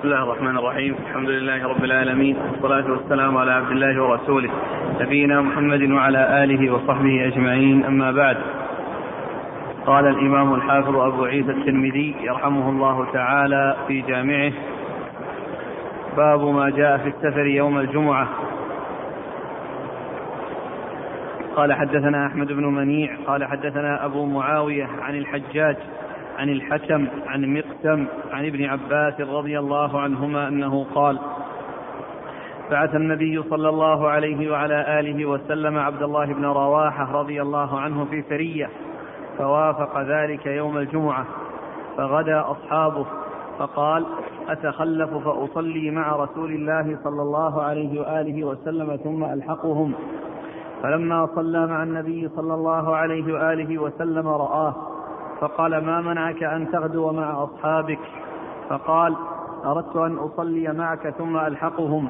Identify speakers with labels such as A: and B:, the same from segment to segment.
A: بسم الله الرحمن الرحيم. الحمد لله رب العالمين، والصلاة والسلام على عبد الله ورسوله نبينا محمد وعلى آله وصحبه أجمعين، أما بعد. قال الإمام الحافظ أبو عيسى الترمذي يرحمه الله تعالى في جامعه: باب ما جاء في السفر يوم الجمعة. قال حدثنا أحمد بن منيع قال حدثنا أبو معاوية عن الحجاج عن الحكم عن مقسم عن ابن عباس رضي الله عنهما أنه قال: بعث النبي صلى الله عليه وعلى آله وسلم عبد الله بن رواحة رضي الله عنه في سرية، فوافق ذلك يوم الجمعة، فغدا أصحابه، فقال: أتخلف فأصلي مع رسول الله صلى الله عليه وآله وسلم ثم ألحقهم. فلما صلى مع النبي صلى الله عليه وآله وسلم رآه، فقال: ما منعك أن تغدو مع أصحابك؟ فقال: أردت أن أصلي معك ثم ألحقهم.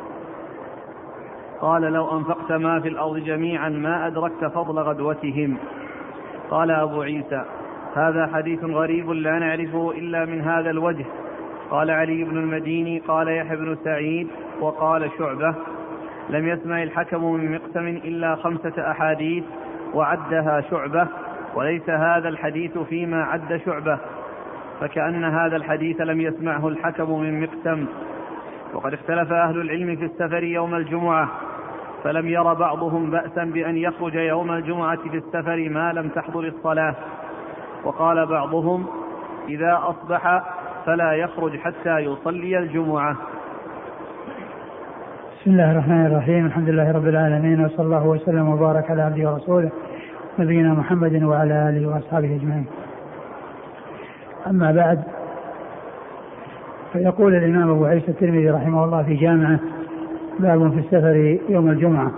A: قال: لو أنفقت ما في الأرض جميعا ما أدركت فضل غدوتهم. قال أبو عيسى: هذا حديث غريب لا نعرفه إلا من هذا الوجه. قال علي بن المديني: قال يحيى بن سعيد وقال شعبة: لم يسمع الحكم من مقسم إلا 5 أحاديث وعدها شعبة، وليس هذا الحديث فيما عد شعبة، فكأن هذا الحديث لم يسمعه الحكم من مقسم. وقد اختلف أهل العلم في السفر يوم الجمعة، فلم ير بعضهم بأسا بأن يخرج يوم الجمعة في السفر ما لم تحضر الصلاة، وقال بعضهم: إذا أصبح فلا يخرج حتى يصلي الجمعة.
B: بسم الله الرحمن الرحيم. الحمد لله رب العالمين، وصلى الله وسلم وبارك على عبده ورسوله نبينا محمد وعلى آله وأصحابه أجمعين. أما بعد، فيقول الإمام أبو عيسى الترمذي رحمه الله في جامعه: باب في السفر يوم الجمعة.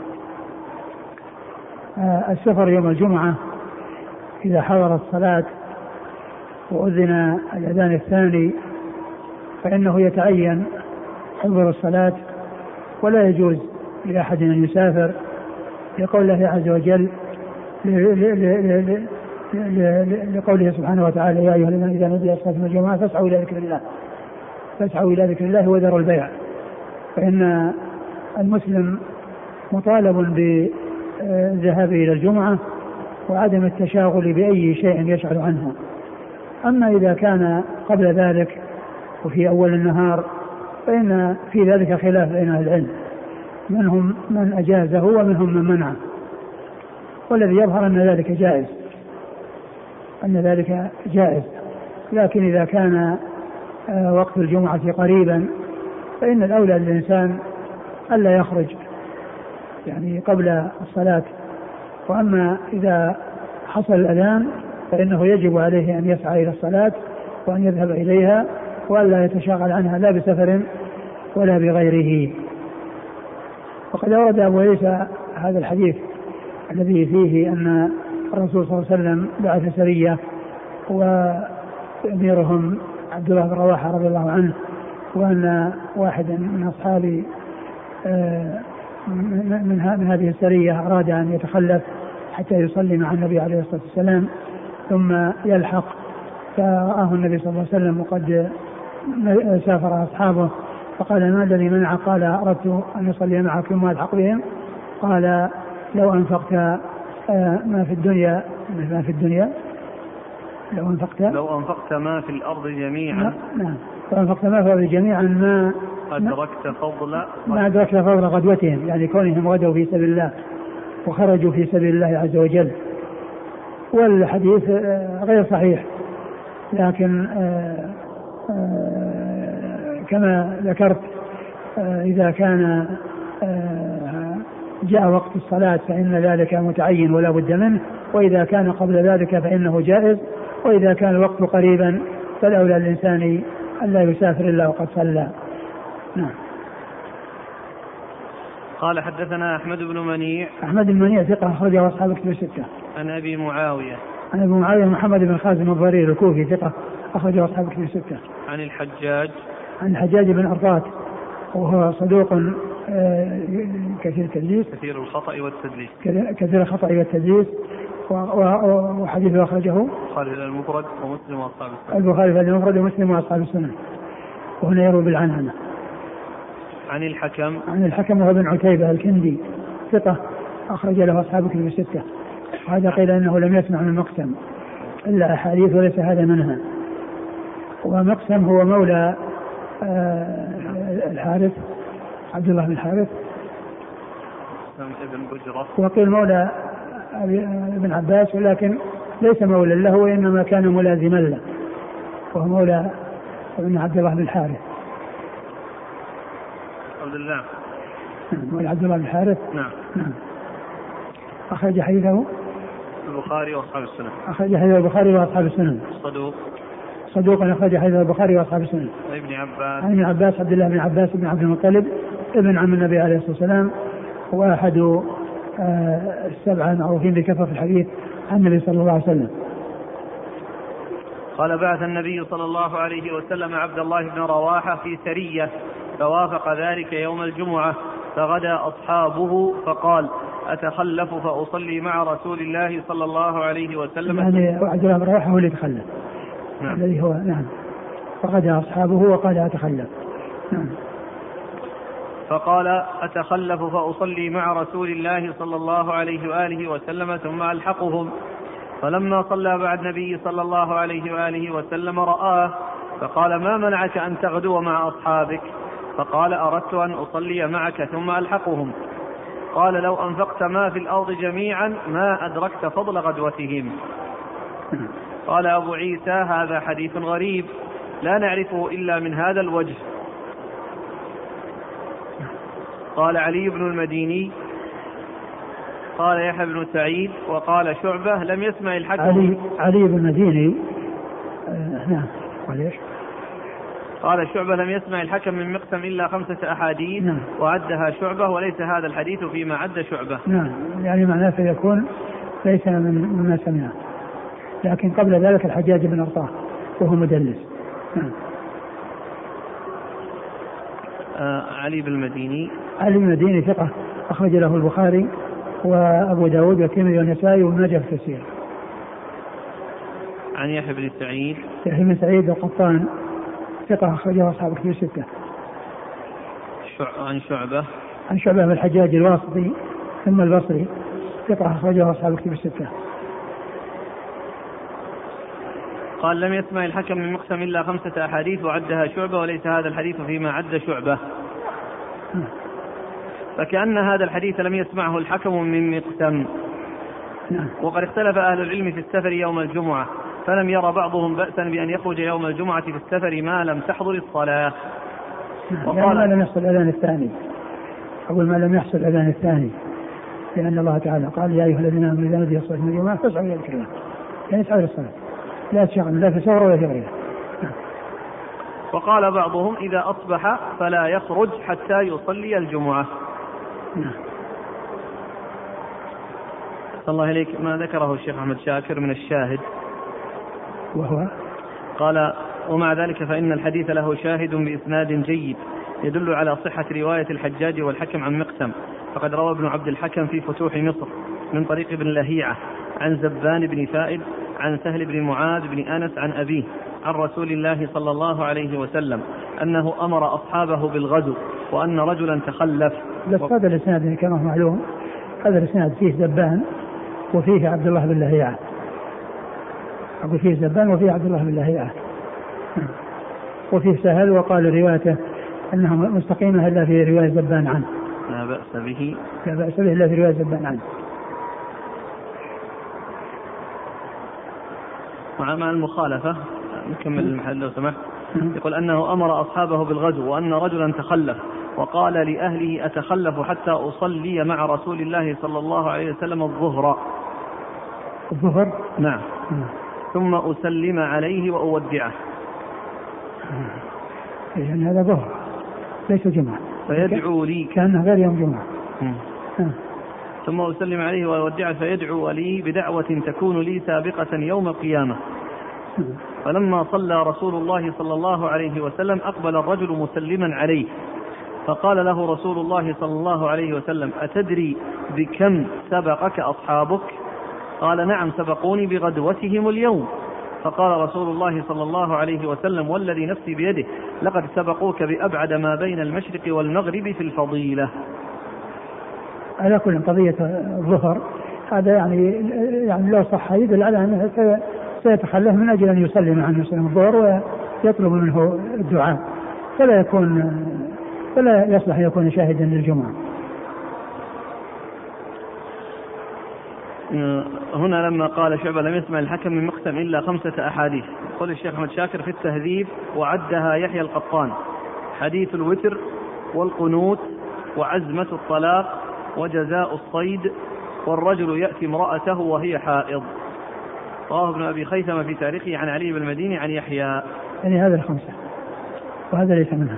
B: السفر يوم الجمعة إذا حضر الصلاة وأذن الأذان الثاني فإنه يتعين حضور الصلاة، ولا يجوز لأحد أن يسافر، لقول الله عز وجل لقوله سبحانه وتعالى: يا أيها الذين إذا نودي للصلاة من الجمعة فاسعوا إلى ذكر الله وذروا البيع. فإن المسلم مطالب بالذهاب إلى الجمعة وعدم التشاغل بأي شيء يشغل عنه. أما إذا كان قبل ذلك وفي أول النهار فإن في ذلك خلاف بين أهل العلم، منهم من أجازه ومنهم من منعه، والذي يظهر أن ذلك جائز. لكن إذا كان وقت الجمعة قريبا فإن الأولى للإنسان ألا يخرج يعني قبل الصلاة. وأما إذا حصل الأذان فإنه يجب عليه أن يسعى إلى الصلاة وأن يذهب إليها وألا يتشاغل عنها لا بسفر ولا بغيره. وقد أورد أبو عيسى هذا الحديث الذي فيه أن الرسول صلى الله عليه وسلم بعث سرية وأميرهم عبد الله بن رواحة رضي الله عنه، وأن واحدا من أصحاب من هذه السرية أراد أن يتخلف حتى يصلي مع النبي عليه الصلاة والسلام ثم يلحق، فرآه النبي صلى الله عليه وسلم وقد سافر أصحابه، فقال: ما الذي منع؟ قال: أردت أن يصلي معك ثم ألحق بهم. قال: لو أنفقت ما في الدنيا لو أنفقت
A: ما في الأرض جميعا
B: لو أنفقت ما في الأرض جميعا ما أدركت فضل غدوتهم، يعني كونهم غدوا في سبيل الله وخرجوا في سبيل الله عز وجل. والحديث غير صحيح، لكن كما ذكرت إذا كان جاء وقت الصلاة فإن ذلك متعين ولا بد منه، وإذا كان قبل ذلك فإنه جائز، وإذا كان الوقت قريبا فالأولى للإنسان ألا يسافر إلا وقد صلى. نعم.
A: قال حدثنا أحمد بن
B: منيع ثقة أخرجه أصحاب الكتب الستة.
A: عن أبي معاوية
B: محمد بن خازم الضرير الكوفي ثقة أخرجه أصحاب الكتب الستة.
A: عن
B: الحجاج بن أرطاة وهو صدوق
A: كثير الخطأ
B: والتدليس وحديثه أخرجه
A: البخاري في المفرد ومسلم وأصحاب السنن.
B: البخاري في المفرد ومسلم وأصحاب السنن. وهنا يروي بالعنعنة.
A: عن الحكم.
B: عن الحكم وهو بن عتيبة الكندي ثقة أخرج له أصحاب كتب الستة. وهذا قيل أنه لم يسمع من مقسم إلا أحاديث وليس هذا منها. ومقسم هو مولى الحارث عبد الله بن الحارث
A: ابن بجرة،
B: وقيل مولى ابن عباس ولكن ليس مولى له وإنما كان ملازما له، وهو مولى ابن عبد الله بن الحارث.
A: عبد الله.
B: مولى عبد الله بن الحارث.
A: نعم.
B: أخرج حديثه
A: البخاري وأصحاب السنن.
B: أخرج حديث البخاري وأصحاب السنن. صدوق أخرج حديث البخاري وأصحاب السنن.
A: ابن عباس.
B: عن ابن عباس عبد الله بن عباس بن عبد المطلب ابن عم النبي عليه الصلاة والسلام، وأحد السبعة المعروفين بكثرة الحديث عن النبي صلى الله عليه وسلم.
A: قال بعث النبي صلى الله عليه وسلم عبد الله بن رواحة في سرية فوافق ذلك يوم الجمعة، فغدا أصحابه فقال أتخلف فأصلي مع رسول الله صلى الله عليه وسلم.
B: يعني عبد الله بن رواحة هو اللي تخلف. نعم. الذي هو نعم. فغدا أصحابه وقال أتخلف. نعم.
A: فقال أتخلف فأصلي مع رسول الله صلى الله عليه وآله وسلم ثم ألحقهم. فلما صلى بعد النبي صلى الله عليه وآله وسلم رآه فقال ما منعك أن تغدو مع أصحابك؟ فقال أردت أن أصلي معك ثم ألحقهم. قال لو أنفقت ما في الأرض جميعا ما أدركت فضل غدوتهم. قال أبو عيسى هذا حديث غريب لا نعرفه إلا من هذا الوجه. قال علي بن المديني قال يحيى بن سعيد وقال شعبة لم يسمع الحكم.
B: علي بن المديني نعم.
A: قال شعبة لم يسمع الحكم من مقسم إلا 5 أحاديث. نعم. وعدها شعبة وليس هذا الحديث فيما عد شعبة.
B: نعم. يعني معناه فيكون ليس مما سمعه، لكن قبل ذلك الحجاج بن أرطاه وهو مدلس. نعم.
A: علي بن المديني.
B: علي بن المديني ثقة أخرج له البخاري وأبو داود والترمذي والنسائي وابن ماجه في التفسير.
A: عن يحيى بن سعيد.
B: يحيى بن سعيد القطان ثقة أخرجه أصحاب كتب الستة.
A: عن شعبة.
B: عن شعبة بن الحجاج الواسطي ثم البصري ثقة أخرجه أصحاب كتب الستة.
A: قال لم يسمع الحكم من مقسم إلا 5 أحاديث وعدها شعبة وليس هذا الحديث فيما عد شعبة. فكأن هذا الحديث لم يسمعه الحكم من مقسم. وقد اختلف أهل العلم في السفر يوم الجمعة، فلم يرى بعضهم بأسا بأن يخرج يوم الجمعة في السفر ما لم تحضر الصلاة.
B: وقال ما لم يحصل الأذان الثاني، أقول ما لم يحصل الأذان الثاني، لأن الله تعالى قال يا أيها الذين آمنوا إذا نودي للصلاة من الجمعة فاسعوا إلى ذكر الله، يعني اسعوا إلى الصلاة لا تشغلوا لا في سفر ولا في غيره.
A: وقال بعضهم إذا أصبح فلا يخرج حتى يصلي الجمعة. الله إليك ما ذكره الشيخ أحمد شاكر من الشاهد،
B: وهو
A: قال ومع ذلك فإن الحديث له شاهد بإسناد جيد يدل على صحة رواية الحجاج والحكم عن مقسم، فقد روى ابن عبد الحكم في فتوح مصر من طريق ابن لهيعة عن زبان بن فائد عن سهل بن معاذ بن أنس عن أبيه عن رسول الله صلى الله عليه وسلم أنه أمر أصحابه بالغزو وأن رجلا تخلف.
B: بس هذا الإسناد كما هو معلوم، هذا الإسناد فيه زبان وفيه عبد الله بن لهيعة، أقول فيه زبان وفيه عبد الله بن لهيعة وفيه سهل، وقال روايته أنها مستقيمة إلا في رواية زبان عنه.
A: لا بأس به
B: إلا في رواية زبان عنه.
A: مع المخالفة نكمل المحل لو سمحت. يقول أنه أمر أصحابه بالغزو وأن رجلا تخلف وقال لأهله أتخلف حتى أصلي مع رسول الله صلى الله عليه وسلم الظهر. نعم. ثم أسلم عليه وأودعه.
B: يعني هذا ظهر ليس جمعة،
A: فيدعو لي
B: كأنه غير يوم جمعة.
A: ثم أسلم عليه وأودعه فيدعو لي بدعوة تكون لي سابقة يوم القيامة. فلما صلى رسول الله صلى الله عليه وسلم أقبل الرجل مسلما عليه، فقال له رسول الله صلى الله عليه وسلم أتدري بكم سبقك أصحابك؟ قال نعم سبقوني بغدوتهم اليوم. فقال رسول الله صلى الله عليه وسلم والذي نفسي بيده لقد سبقوك بأبعد ما بين المشرق والمغرب في الفضيلة.
B: على كل قضية الظهر هذا يعني لو صح يدل على أنه سيتخلف من أجل أن يصلي مع النبي صلى الله عليه وسلم الظهر ويطلب منه الدعاء، فلا يصلح يكون شاهدا للجمعة.
A: هنا لما قال شعبة لم يسمع الحكم من مقسم إلا 5 أحاديث، قال الشيخ أحمد شاكر في التهذيب وعدها يحيى القطان: حديث الوتر والقنوت وعزمة الطلاق وجزاء الصيد والرجل يأتي امرأته وهي حائض. رواه ابن أبي خيثمة في تاريخه عن علي بن المديني عن يحيى.
B: يعني هذا 5 وهذا ليس منها.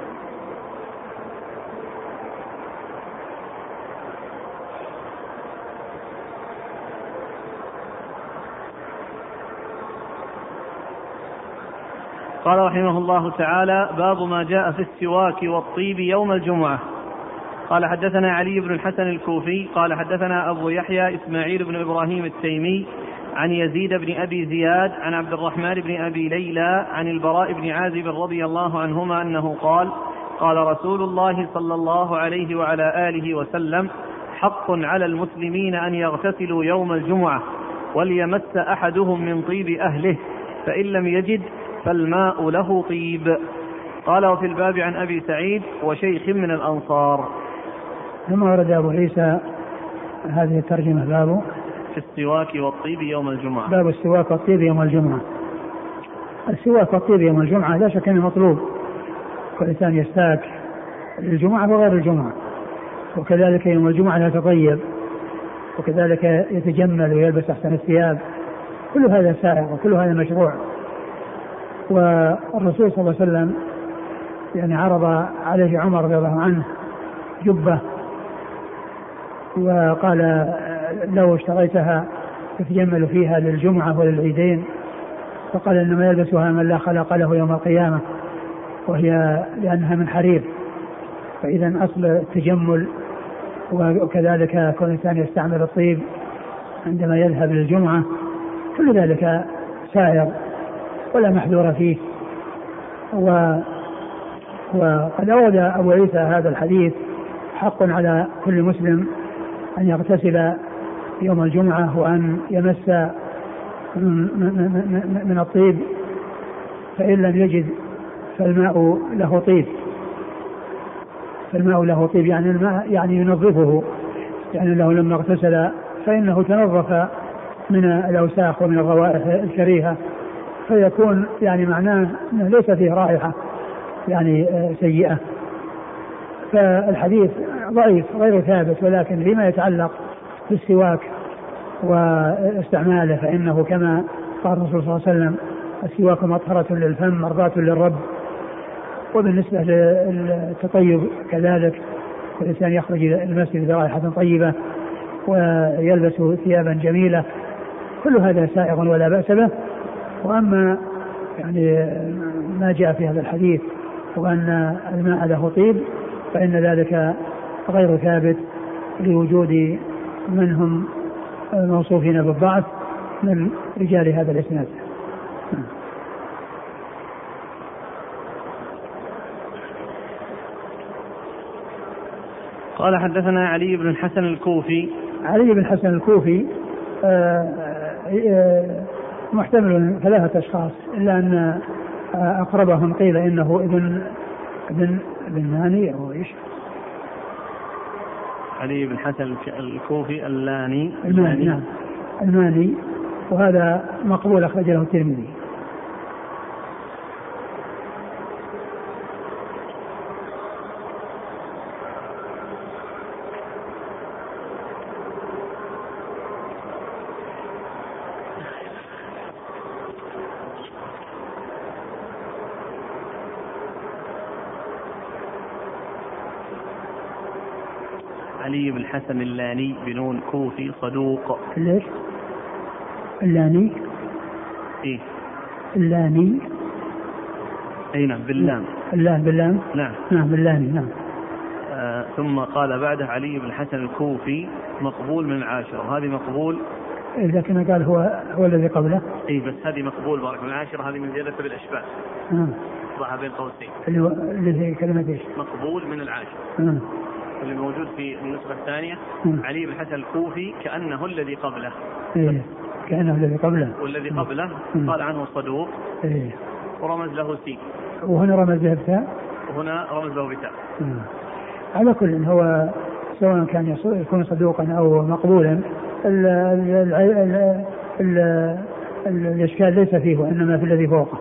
A: قال رحمه الله تعالى: باب ما جاء في السواك والطيب يوم الجمعة. قال حدثنا علي بن الحسن الكوفي قال حدثنا أبو يحيى إسماعيل بن إبراهيم التيمي عن يزيد بن أبي زياد عن عبد الرحمن بن أبي ليلى عن البراء بن عازب رضي الله عنهما أنه قال: قال رسول الله صلى الله عليه وعلى آله وسلم: حق على المسلمين أن يغتسلوا يوم الجمعة وليمس أحدهم من طيب أهله، فإن لم يجد فالماء له طيب. قال: وفي الباب عن أبي سعيد وشيخ من الأنصار.
B: ثم ورد أبو عيسى هذه الترجمة: باب
A: في السواك والطيب يوم الجمعة.
B: باب السواك والطيب يوم الجمعة. السواك والطيب يوم الجمعة لا شك أنه مطلوب، كل إنسان يستاك للجمعة وغير الجمعة، وكذلك يوم الجمعة يتطيب، وكذلك يتجمل ويلبس أحسن الثياب، كل هذا سائغ وكل هذا مشروع. والرسول صلى الله عليه وسلم يعني عرض عليه عمر رضي الله عنه جبة وقال: لو اشتريتها تتجمل فيها للجمعة وللعيدين، فقال: إنما يلبسها من لا خلق له يوم القيامة، وهي لأنها من حرير. فإذا أصل التجمل، وكذلك كل إنسان يستعمل الطيب عندما يذهب للجمعة، كل ذلك سائر ولا محذور فيه. وقد أورد أبو عيسى هذا الحديث: حق على كل مسلم أن يغتسل يوم الجمعة وأن يمس من الطيب، فإن لم يجد فالماء له طيب. فالماء له طيب يعني الماء يعني ينظفه، يعني له لما اغتسل فإنه تنظف من الأوساخ ومن الروائح الكريهة، فيكون يعني معناه أنه ليس فيه رائحة يعني سيئة. فالحديث ضعيف غير ثابت، ولكن فيما يتعلق بالسواك واستعماله فإنه كما قال الرسول صلى الله عليه وسلم: السواك مطهرة للفم مرضاة للرب. وبالنسبة للتطيب كذلك، الإنسان يخرج إلى المسجد برائحة طيبة ويلبس ثيابا جميلة، كل هذا سائغ ولا بأس به. وأما يعني ما جاء في هذا الحديث وأن الماء له طيب فإن ذلك غير ثابت لوجود من هم موصوفين بالضعف من رجال هذا الإسناد.
A: قال حدثنا علي بن الحسن الكوفي.
B: علي بن الحسن الكوفي محتمل 3 أشخاص، إلا أن أقربهم قيل إنه ابن ماني أو إيش.
A: علي بن حسن الكوفي
B: الماني. نعم الماني، وهذا مقبول أخرجه الترمذي.
A: علي بن الحسن اللاني بنون كوفي صدوق.
B: ليش؟ اللاني؟
A: إيه؟
B: اللاني؟
A: أي نعم باللام.
B: اللام باللام؟
A: نعم.
B: نعم باللاني نعم.
A: ثم قال بعده علي بن الحسن الكوفي مقبول من 10، وهذه مقبول.
B: لكن قال هو الذي قبله.
A: إيه بس هذه مقبول من 10، هذه من زيادة بالأشباه. ضعها بين قوسين
B: اللي هي كلمة ايش؟
A: مقبول من العاشر. اللي موجود في النسخة الثانية علي بن الحسن الكوفي كأنه الذي قبله.
B: إيه كأنه الذي قبله.
A: والذي قبله قال عنه صدوق.
B: إيه.
A: ورمز له سين.
B: وهنا رمز له بتاء.
A: وهنا رمز له بتاء.
B: على كل هو سواء كان يكون صدوقا أو مقبولا الإشكال ليس فيه وإنما في الذي فوقه.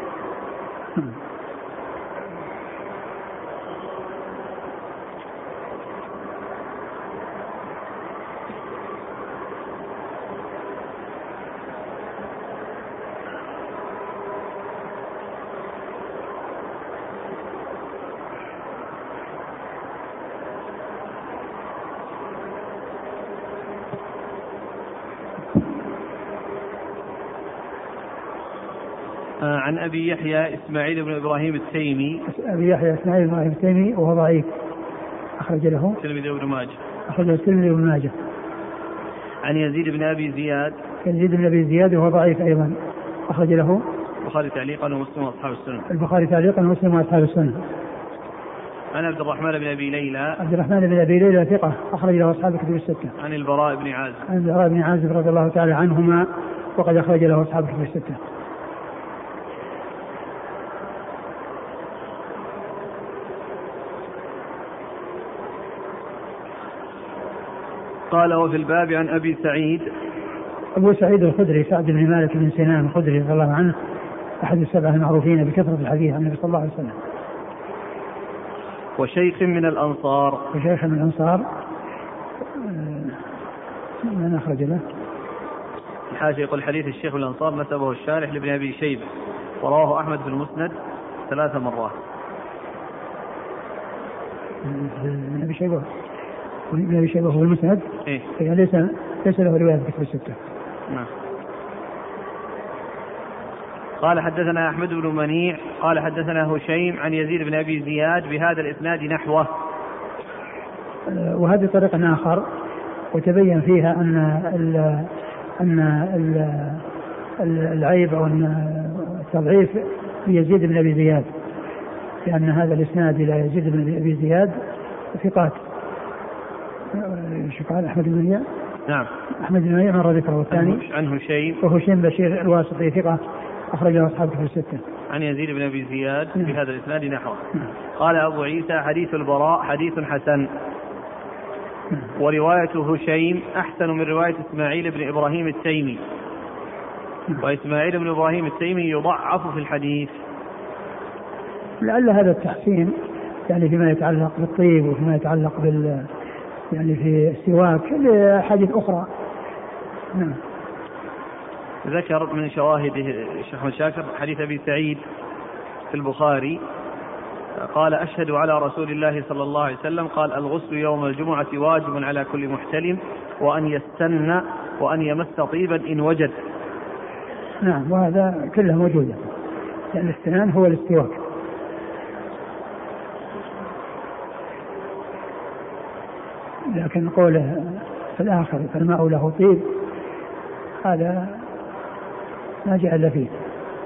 A: عن أبي يحيى إسماعيل بن إبراهيم التيمي.
B: أبي يحيى إسماعيل بن إبراهيم التيمي وهو ضعيف أخرج له
A: الترمذي وابن ماجه.
B: أخرج الترمذي وابن ماجه.
A: عن يزيد بن أبي زياد.
B: يزيد بن أبي زياد وهو ضعيف أيضا أخرج له
A: البخاري تعليقا ومسلم وأصحاب السنن.
B: البخاري تعليقا ومسلم وأصحاب السنن.
A: عن عبد الرحمن بن أبي ليلى.
B: عبد الرحمن بن أبي ليلى ثقة أخرج له أصحاب الكتب الستة.
A: عن البراء بن عازب.
B: عن البراء بن عازب رضي الله تعالى عنهما وقد أخرج له أصحاب الكتب الستة.
A: قال وفي الباب عن أبي سعيد.
B: أبو سعيد الخدري سعد بن مالك بن سنان الخدري رضي الله عنه أحد السبعة المعروفين بكثرة الحديث عن النبي صلى الله عليه وسلم.
A: وشيخ من الأنصار.
B: وشيخ من الأنصار من أخرج له
A: الحاشية يقول حديث الشيخ من الأنصار نسبه الشارح لابن أبي شيبة ورواه أحمد في المسند 3 مرات.
B: من أبي شيبة وابن أبي شيبة هو المسند.
A: إيه؟
B: يعني ليس له رواية في كتب الستة.
A: نعم. قال حدثنا أحمد بن منيع قال حدثنا هشيم عن يزيد بن أبي زياد بهذا الإسناد نحوه.
B: وهذه طريقة آخر وتبين فيها أن العيب أو التضعيف ليزيد بن أبي زياد لأن هذا الإسناد إلى يزيد بن أبي زياد ثقات. شو قال أحمد بن منيع؟
A: نعم.
B: أحمد بن منيع مر ذكره. والثاني
A: عن هشيم
B: وهشيم بشير الواسطي ثقة أخرج له أصحاب الكتب الستة.
A: عن يزيد بن أبي زياد بهذا الإسناد نحوه. قال أبو عيسى حديث البراء حديث حسن. ورواية هشيم أحسن من رواية إسماعيل بن إبراهيم التيمي. وإسماعيل بن إبراهيم التيمي يضعف في الحديث.
B: لعل هذا التحسين يعني فيما يتعلق بالطيب وفيما يتعلق يعني في السواك لحديث أخرى. نعم.
A: ذكر من شواهده الشيخ أحمد شاكر حديث أبي سعيد في البخاري قال أشهد على رسول الله صلى الله عليه وسلم قال الغسل يوم الجمعة واجب على كل محتلم وأن يستنى وأن يمس طيبا إن وجد.
B: نعم. وهذا كله موجود يعني الاستنان هو الاستواك. لكن قوله في الآخر فالماء له طيب هذا ما جاء إلا فيه.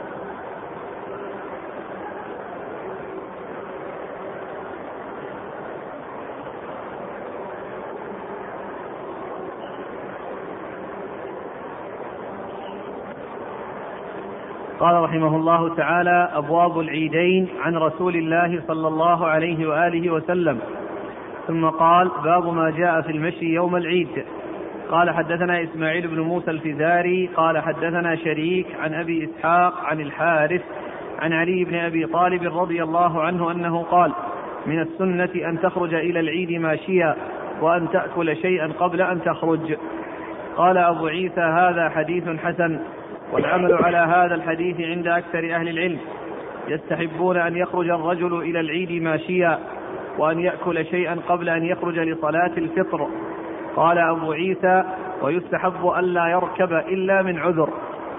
A: قال رحمه الله تعالى أبواب العيدين عن رسول الله صلى الله عليه وآله وسلم. ثم قال باب ما جاء في المشي يوم العيد. قال حدثنا إسماعيل بن موسى الفزاري قال حدثنا شريك عن أبي إسحاق عن الحارث عن علي بن أبي طالب رضي الله عنه أنه قال من السنة أن تخرج إلى العيد ماشيا وأن تأكل شيئا قبل أن تخرج. قال أبو عيسى هذا حديث حسن والعمل على هذا الحديث عند أكثر أهل العلم يستحبون أن يخرج الرجل إلى العيد ماشيا وأن يأكل شيئا قبل أن يخرج لصلاة الفطر. قال أبو عيسى ويستحب ألا يركب إلا من عذر.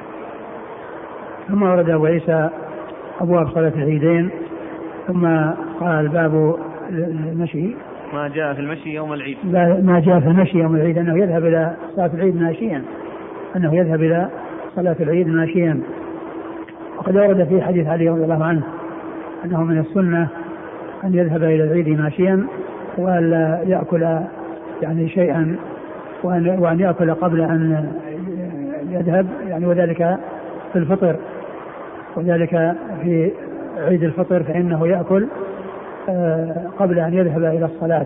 B: ثم ورد أبو عيسى أبواب صلاة العيدين ثم قال باب المشي
A: ما جاء في المشي يوم العيد.
B: ما جاء في المشي يوم العيد أنه يذهب إلى صلاة العيد ماشيا أنه يذهب إلى صلاة العيد ماشيا. وقد ورد في حديث علي رضي الله عنه أنه من السنة أن يذهب إلى العيد ماشيا وألا يأكل يعني شيئا وأن يأكل قبل أن يذهب يعني وذلك في الفطر وذلك في عيد الفطر فإنه يأكل قبل أن يذهب إلى الصلاة.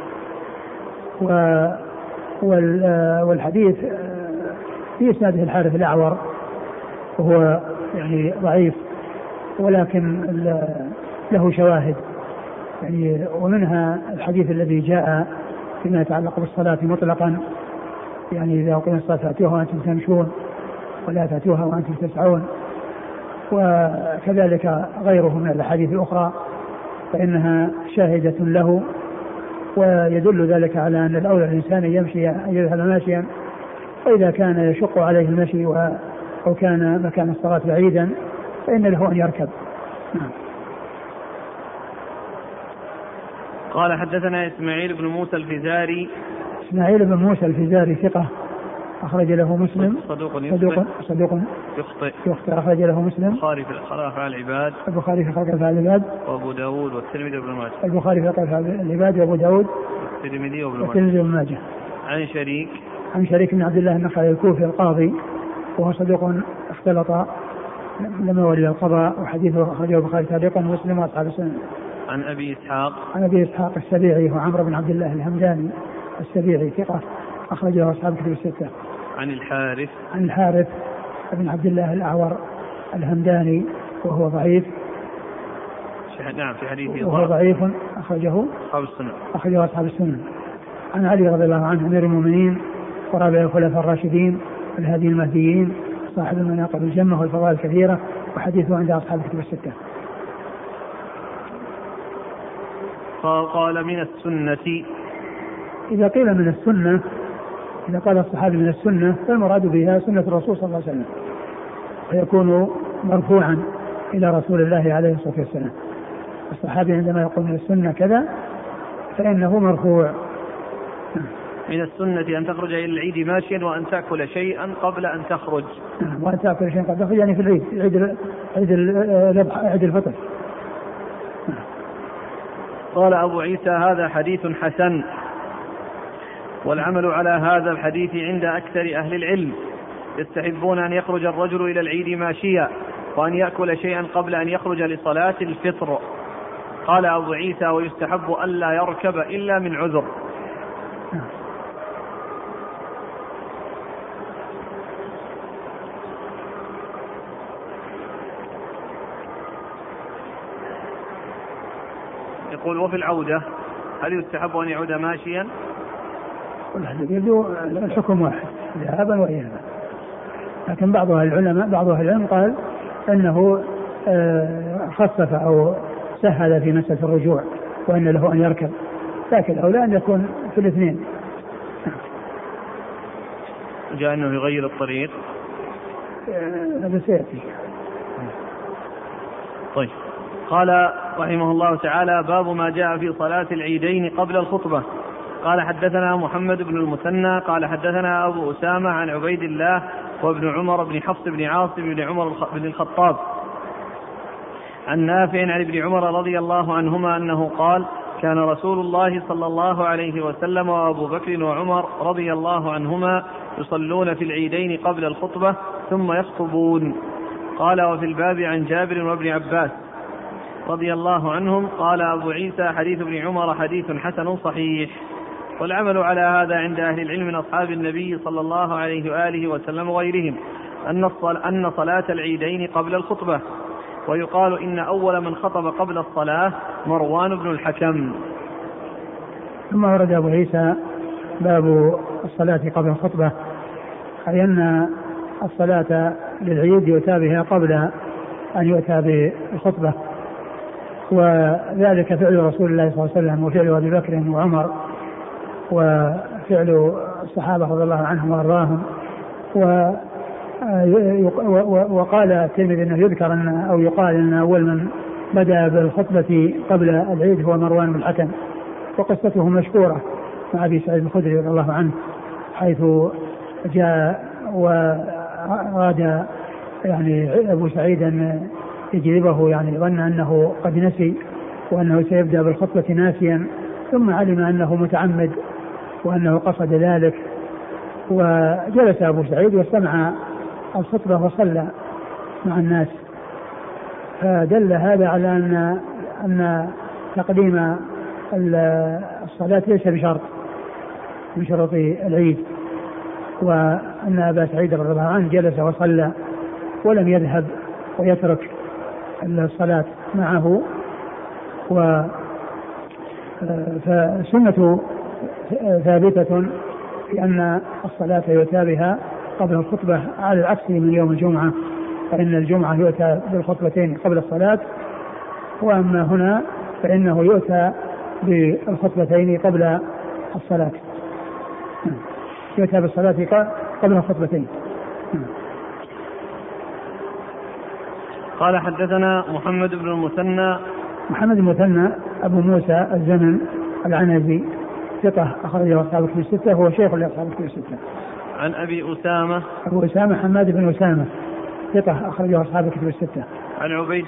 B: والحديث في إسناده الحارث الأعور وهو يعني ضعيف ولكن له شواهد يعني ومنها الحديث الذي جاء فيما يتعلق بالصلاة مطلقا يعني إذا أقيمت الصلاة فأتوها وأنتم تمشون ولا تأتوها وأنتم تسعون. وكذلك غيره من الأحاديث الأخرى فإنها شاهدة له ويدل ذلك على أن الأولى الإنسان يمشي يذهب ماشيا وإذا كان يشق عليه المشي أو كان مكان الصلاة بعيدا فإن له أن يركب.
A: قال حدثنا إسماعيل بن موسى الفزاري.
B: إسماعيل بن موسى الفزاري ثقة أخرج له مسلم. صدوق يخطئ أخرج له مسلم.
A: البخاري في أفعال العباد.
B: البخاري في أفعال العباد.
A: وأبو داود والترمذي وابن ماجه.
B: البخاري في أفعال العباد وأبو داود
A: والترمذي وابن
B: ماجه.
A: عن
B: شريك بن عبد الله النخعي الكوفي القاضي وهو صدوق اختلط لما ولي القضاء وحديثه أخرجه البخاري تعليقا ومسلم وأصحاب السنن.
A: عن أبي
B: إسحاق السبيعي وعمرو بن عبد الله الهمداني السبيعي ثقة أخرجه أصحاب كتب الستة.
A: عن
B: الحارث بن عبد الله الأعور الهمداني وهو ضعيف.
A: نعم في حديثه
B: وهو ضعيف أخرجه أصحاب السنن. عن علي رضي الله عنه أمير المؤمنين ورابع الخلفاء الراشدين الهادي المهديين صاحب المناقب الجمة والفضائل الكثيرة وحديثه عند أصحاب كتب الستة.
A: قال من السنة.
B: إذا قيل من السنة إذا قال الصحابي من السنة فالمراد بها سنة الرسول صلى الله عليه وسلم فيكون مرفوعا إلى رسول الله عليه الصلاة والسلام. الصحابي عندما يقول من السنة كذا فإنه مرفوع.
A: من السنة أن تخرج إلى العيد ماشيا وأن تأكل شيئا قبل أن تخرج.
B: وأن تأكل شيئا قبل أن تخرج يعني في عيد الفطر.
A: قال أبو عيسى هذا حديث حسن والعمل على هذا الحديث عند أكثر أهل العلم يستحبون أن يخرج الرجل إلى العيد ماشيا وأن يأكل شيئا قبل أن يخرج لصلاة الفطر. قال أبو عيسى ويستحب ألا يركب إلا من عذر. يقول وفي العودة هل يستحب أن يعود ماشيا؟
B: الحكم واحد ذهابا وإيابا لكن بعض العلم قال أنه خفف أو سهل في مسألة الرجوع وأن له أن يركب لكن أولى أن يكون في الاثنين.
A: جاء أنه يغير الطريق
B: هذا سيأتي.
A: طيب قال رحمه الله تعالى باب ما جاء في صلاة العيدين قبل الخطبة. قال حدثنا محمد بن المثنى قال حدثنا أبو أسامة عن عبيد الله وابن عمر بن حفص بن عاصم بن عمر بن الخطاب عن نافع عن ابن عمر رضي الله عنهما أنه قال كان رسول الله صلى الله عليه وسلم وأبو بكر وعمر رضي الله عنهما يصلون في العيدين قبل الخطبة ثم يخطبون. قال وفي الباب عن جابر وابن عباس رضي الله عنهم. قال أبو عيسى حديث ابن عمر حديث حسن صحيح. والعمل على هذا عند أهل العلم من أصحاب النبي صلى الله عليه وآله وسلم وغيرهم أن صلاة العيدين قبل الخطبة. ويقال إن أول من خطب قبل الصلاة مروان بن الحكم.
B: ثم ورد أبو عيسى باب الصلاة قبل الخطبة أي أن الصلاة للعيد يؤتى بها قبل أن يؤتى بالخطبة وذلك فعل رسول الله صلى الله عليه وسلم وفعل أبي بكر وعمر وفعل الصحابة رضي الله عنهم وأرضاهم. وقال الترمذي أنه يذكر أو يقال أن أول من بدأ بالخطبة قبل العيد هو مروان بن الحكم وقصته مشهورة مع أبي سعيد الخدري رضي الله عنه حيث جاء وأراد يعني أبو سعيد أن يجذبه، يعني ظن أنه قد نسي وأنه سيبدأ بالخطبة ناسيا، ثم علم أنه متعمد وأنه قصد ذلك، وجلس أبو سعيد واستمع الخطبة وصلى مع الناس. فدل هذا على أن تقديم الصلاة ليس بشرط من شروط العيد، وأن أبا سعيد رضي الله عنه جلس وصلى ولم يذهب ويترك الصلاة معه. فالسنة ثابتة في أن الصلاة يؤتى بها قبل الخطبة، على العكس من يوم الجمعة، فإن الجمعة يؤتى بالخطبتين قبل الصلاة، وأما هنا فإنه يؤتى بالخطبتين قبل الصلاة، يؤتى بالصلاة قبل الخطبتين.
A: قال حدثنا محمد بن المثنى.
B: محمد المثنى أبو موسى الزمن العنزي ثقة أخرجه أصحاب الكتب الستة، هو شيخ لأصحاب الكتب الستة.
A: عن أبي أسامة.
B: أبو أسامة حماد بن أسامة ثقة أخرجه أصحاب الكتب الستة.
A: عن عبيد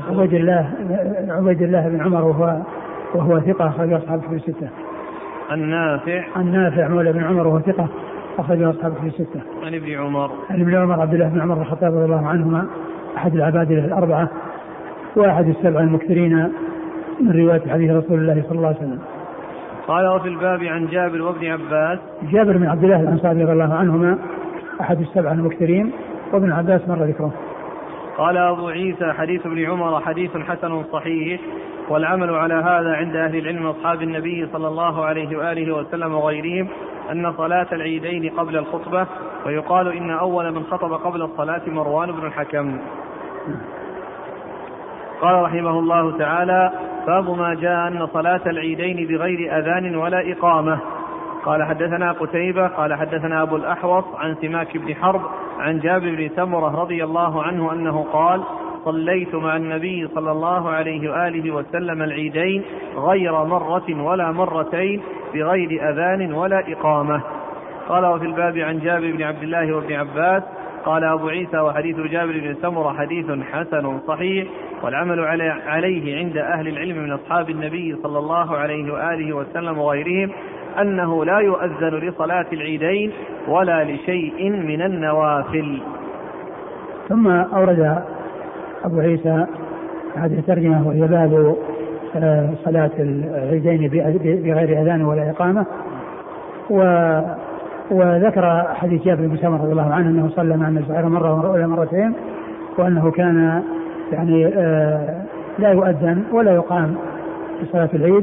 B: الله بن عمر وهو ثقة أخرجه أصحاب الكتب الستة.
A: عن
B: نافع مولى بن عمر وهو ثقة أخرجه أصحاب الكتب الستة.
A: عن ابن عمر
B: عبد الله بن عمر بن الخطاب رضي الله عنهما أحد العباد الأربعة وأحد السبع المكثرين من رواية حديث رسول الله صلى الله عليه وسلم.
A: قال وفي الباب عن جابر وابن عباس.
B: جابر بن عبد الله الأنصاري رضي الله عنهما أحد السبع المكثرين، وابن عباس مر ذكره.
A: قال أبو عيسى حديث ابن عمر حديث حسن صحيح، والعمل على هذا عند أهل العلم أصحاب النبي صلى الله عليه وآله وسلم وغيرهم أن صلاة العيدين قبل الخطبة، ويقال إن أول من خطب قبل الصلاة مروان بن الحكم. قال رحمه الله تعالى: باب ما جاء أن صلاة العيدين بغير أذان ولا إقامة. قال حدثنا قتيبة قال حدثنا أبو الأحوص عن سماك بن حرب عن جابر بن سمرة رضي الله عنه أنه قال: صليت مع النبي صلى الله عليه وآله وسلم العيدين غير مرة ولا مرتين بغير أذان ولا إقامة. قال وفي الباب عن جابر بن عبد الله وابن عباس. قال أبو عيسى وحديث جابر بن سمرة حديث حسن صحيح، والعمل عليه عند أهل العلم من أصحاب النبي صلى الله عليه وآله وسلم وغيرهم أنه لا يؤذن لصلاة العيدين ولا لشيء من النوافل.
B: ثم أورد أبو عيسى هذه الترجمة وهي باب صلاة العيدين بغير أذان ولا إقامة، وذكر حديث جابر بن سمرة رضي الله عنه أنه صلى مع النبي غير مرة ولا مرتين، وأنه كان يعني لا يؤذن ولا يقام في صلاة العيد،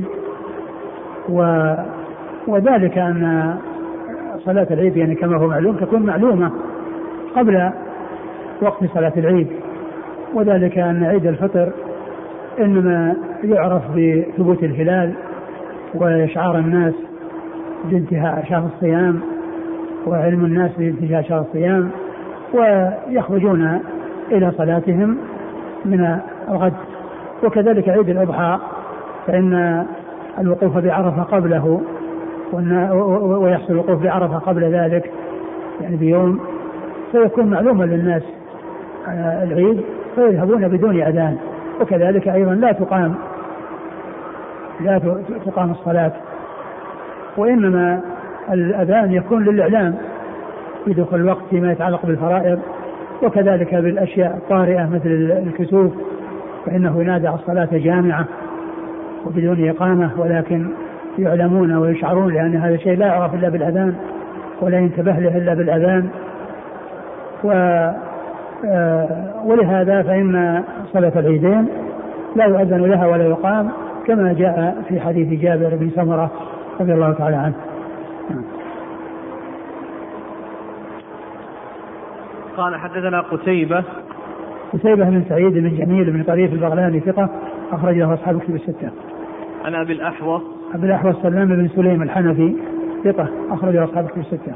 B: وذلك أن صلاة العيد يعني كما هو معلوم تكون معلومة قبل وقت صلاة العيد، وذلك أن عيد الفطر إنما يعرف بثبوت الهلال وإشعار الناس بانتهاء شهر الصيام وعلم الناس بانتهاء شهر الصيام، ويخرجون إلى صلاتهم من الغد. وكذلك عيد الأضحى فإن الوقوف بعرفة قبله ويحصل الوقوف بعرفة قبل ذلك يعني بيوم، فيكون معلوما للناس العيد فيذهبون بدون أذان. وكذلك أيضا لا تقام الصلاة، وإنما الأذان يكون للإعلام بدخول الوقت فيما يتعلق بالفرائض، وكذلك بالأشياء الطارئة مثل الكسوف فإنه ينادى الصلاة جامعة وبدون إقامة، ولكن يعلمون ويشعرون لأن هذا الشيء لا يعرف إلا بالأذان ولا ينتبه له إلا بالأذان. ولهذا فإن صلاة العيدين لا يؤذن لها ولا يقام كما جاء في حديث جابر بن سمرة رضي الله تعالى عنه.
A: قال حدثنا قتيبة
B: بن سعيد بن جميل بن طريف البغلاني ثقة أخرج له أصحاب الكتب الستة.
A: عن أبي الأحوص
B: سلام بن سليم الحنفي ثقة أخرج له أصحاب الكتب الستة.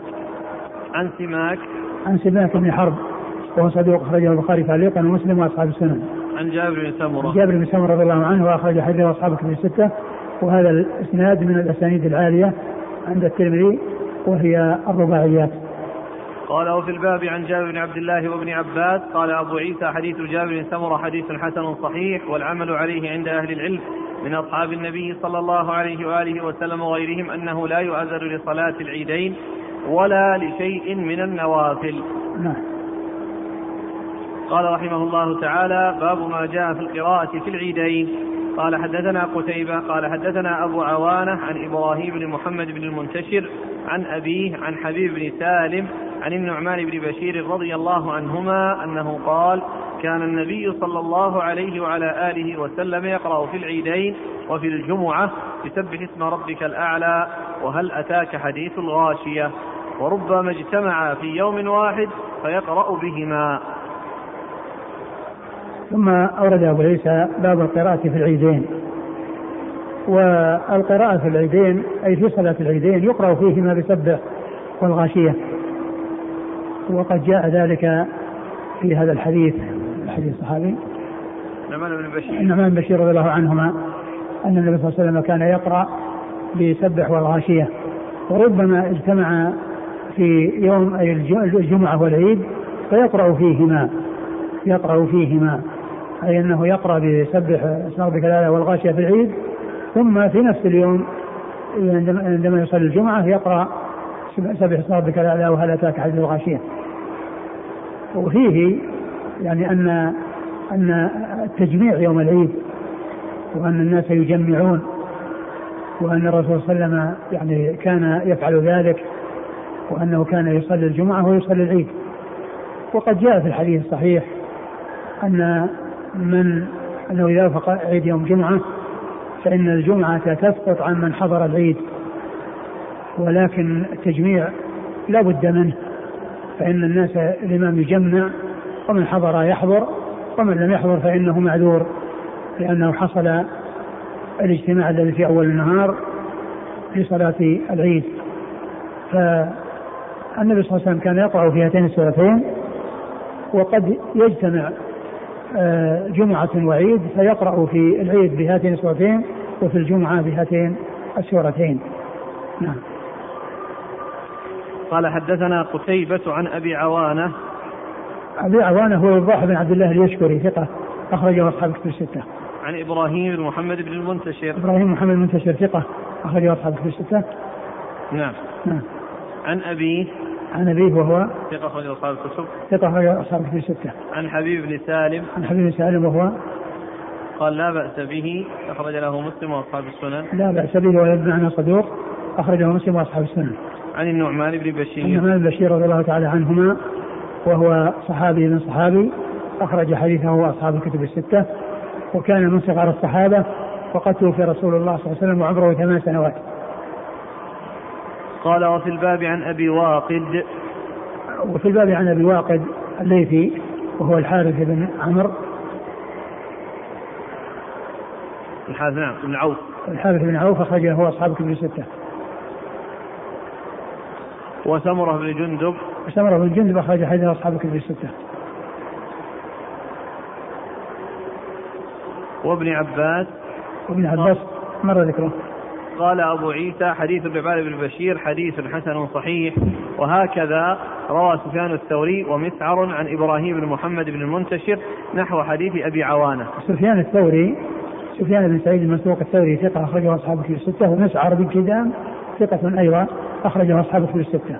B: عن سماك بن حرب وهو صدوق أخرجه البخاري تعليقا ومسلم وأصحاب السنن.
A: عن جابر بن سمرة
B: رضي الله عنه وأخرج حديث أصحاب الكتب الستة، وهذا الإسناد من الأسانيد العالية عند الترمذي وهي الرباعيات.
A: قال وفي الباب عن جابر بن عبد الله وابن عباس. قال أبو عيسى حديث جابر بن سمرة حديث حسن صحيح، والعمل عليه عند أهل العلم من أصحاب النبي صلى الله عليه وآله وسلم وغيرهم أنه لا يؤذر لصلاة العيدين ولا لشيء من النوافل. قال رحمه الله تعالى: باب ما جاء في القراءة في العيدين. قال حدثنا قتيبة قال حدثنا أبو عوانة عن إبراهيم بن محمد بن المنتشر عن أبيه عن حبيب بن سالم عن النعمان بن بشير رضي الله عنهما أنه قال: كان النبي صلى الله عليه وعلى آله وسلم يقرأ في العيدين وفي الجمعة بسبح اسم ربك الأعلى وهل أتاك حديث الغاشية، وربما اجتمع في يوم واحد فيقرأ بهما.
B: ثم أورد أبو عيسى باب القراءة في العيدين. والقراءة في العيدين أي في صلاة العيدين يقرأ فيهما بسبح والغاشية، وقد جاء ذلك في هذا الحديث الصحابي النعمان بن بشير رضي الله عنهما أن النبي صلى الله عليه وسلم كان يقرأ بسبح والغاشية، وربما اجتمع في يوم أي الجمعة والعيد فيقرأ فيهما أي أنه يقرأ بسبح اسم ربك الأعلى والغاشية في العيد، ثم في نفس اليوم عندما يصلي الجمعة يقرأ سبح اسم ربك الأعلى وهل أتاك حديث الغاشية. وفيه يعني أن التجميع يوم العيد وأن الناس يجمعون، وأن الرسول صلى الله عليه وسلم يعني كان يفعل ذلك، وأنه كان يصلي الجمعة ويصلي العيد. وقد جاء في الحديث الصحيح أنه إذا وافق عيد يوم جمعة فإن الجمعة تسقط عن من حضر العيد، ولكن التجميع لا بد منه، فإن الناس الإمام يجمع ومن حضر يحضر ومن لم يحضر فإنه معذور، لأنه حصل الاجتماع الذي في أول النهار لصلاة العيد. فالنبي صلى الله عليه وسلم كان يقرأ في هاتين السورتين، وقد يجتمع جمعة وعيد فيقرأ في العيد بهاتين السورتين وفي الجمعة بهاتين السورتين. نعم.
A: قال حدثنا قتيبة عن أبي عوانة.
B: أبي عوانة هو وضاح بن عبد الله اليشكري ثقة أخرجه أصحاب كتب الستة.
A: عن إبراهيم بن محمد بن المنتشر.
B: إبراهيم محمد المنتشر ثقة أخرجه أصحاب كتب الستة.
A: نعم. عن أبيه وهو ثقة أخرجه أصحاب الكتب. ثقة أخرجه أصحاب الكتب الستة. عن حبيب بن سالم وهو قال لا بأس به أخرج له مسلم وأصحاب السنن.
B: لا بأس به ولا بمعنى صدوق أخرجه مسلم وأصحاب السنن.
A: عن النعمان بن
B: بشير رضي الله تعالى عنهما وهو صحابي من صحابي أخرج حديثه أصحاب الكتب الستة، وكان من صغار الصحابة، وقد توفي رسول الله صلى الله عليه وسلم وعمره 8 سنوات.
A: قال وفي الباب عن أبي
B: واقد الليثي وهو الحارث بن عمرو الحارث بن عوف أخرجه هو أصحاب الكتب الستة.
A: وسمرة بن جندب
B: أخرج حديثه أصحاب الكتب الستة.
A: وابن عباس
B: مر ذكره.
A: قال أبو عيسى حديث النعمان بن بشير حديث حسن صحيح، وهكذا روى سفيان الثوري ومسعر عن إبراهيم بن محمد بن المنتشر نحو حديث أبي عوانة.
B: سفيان بن سعيد المسروق الثوري ثقة أخرجه أصحاب الكتب الستة، ومسعر بن كدام ثقة أيضا أخرجه أصحاب الكتب الستة.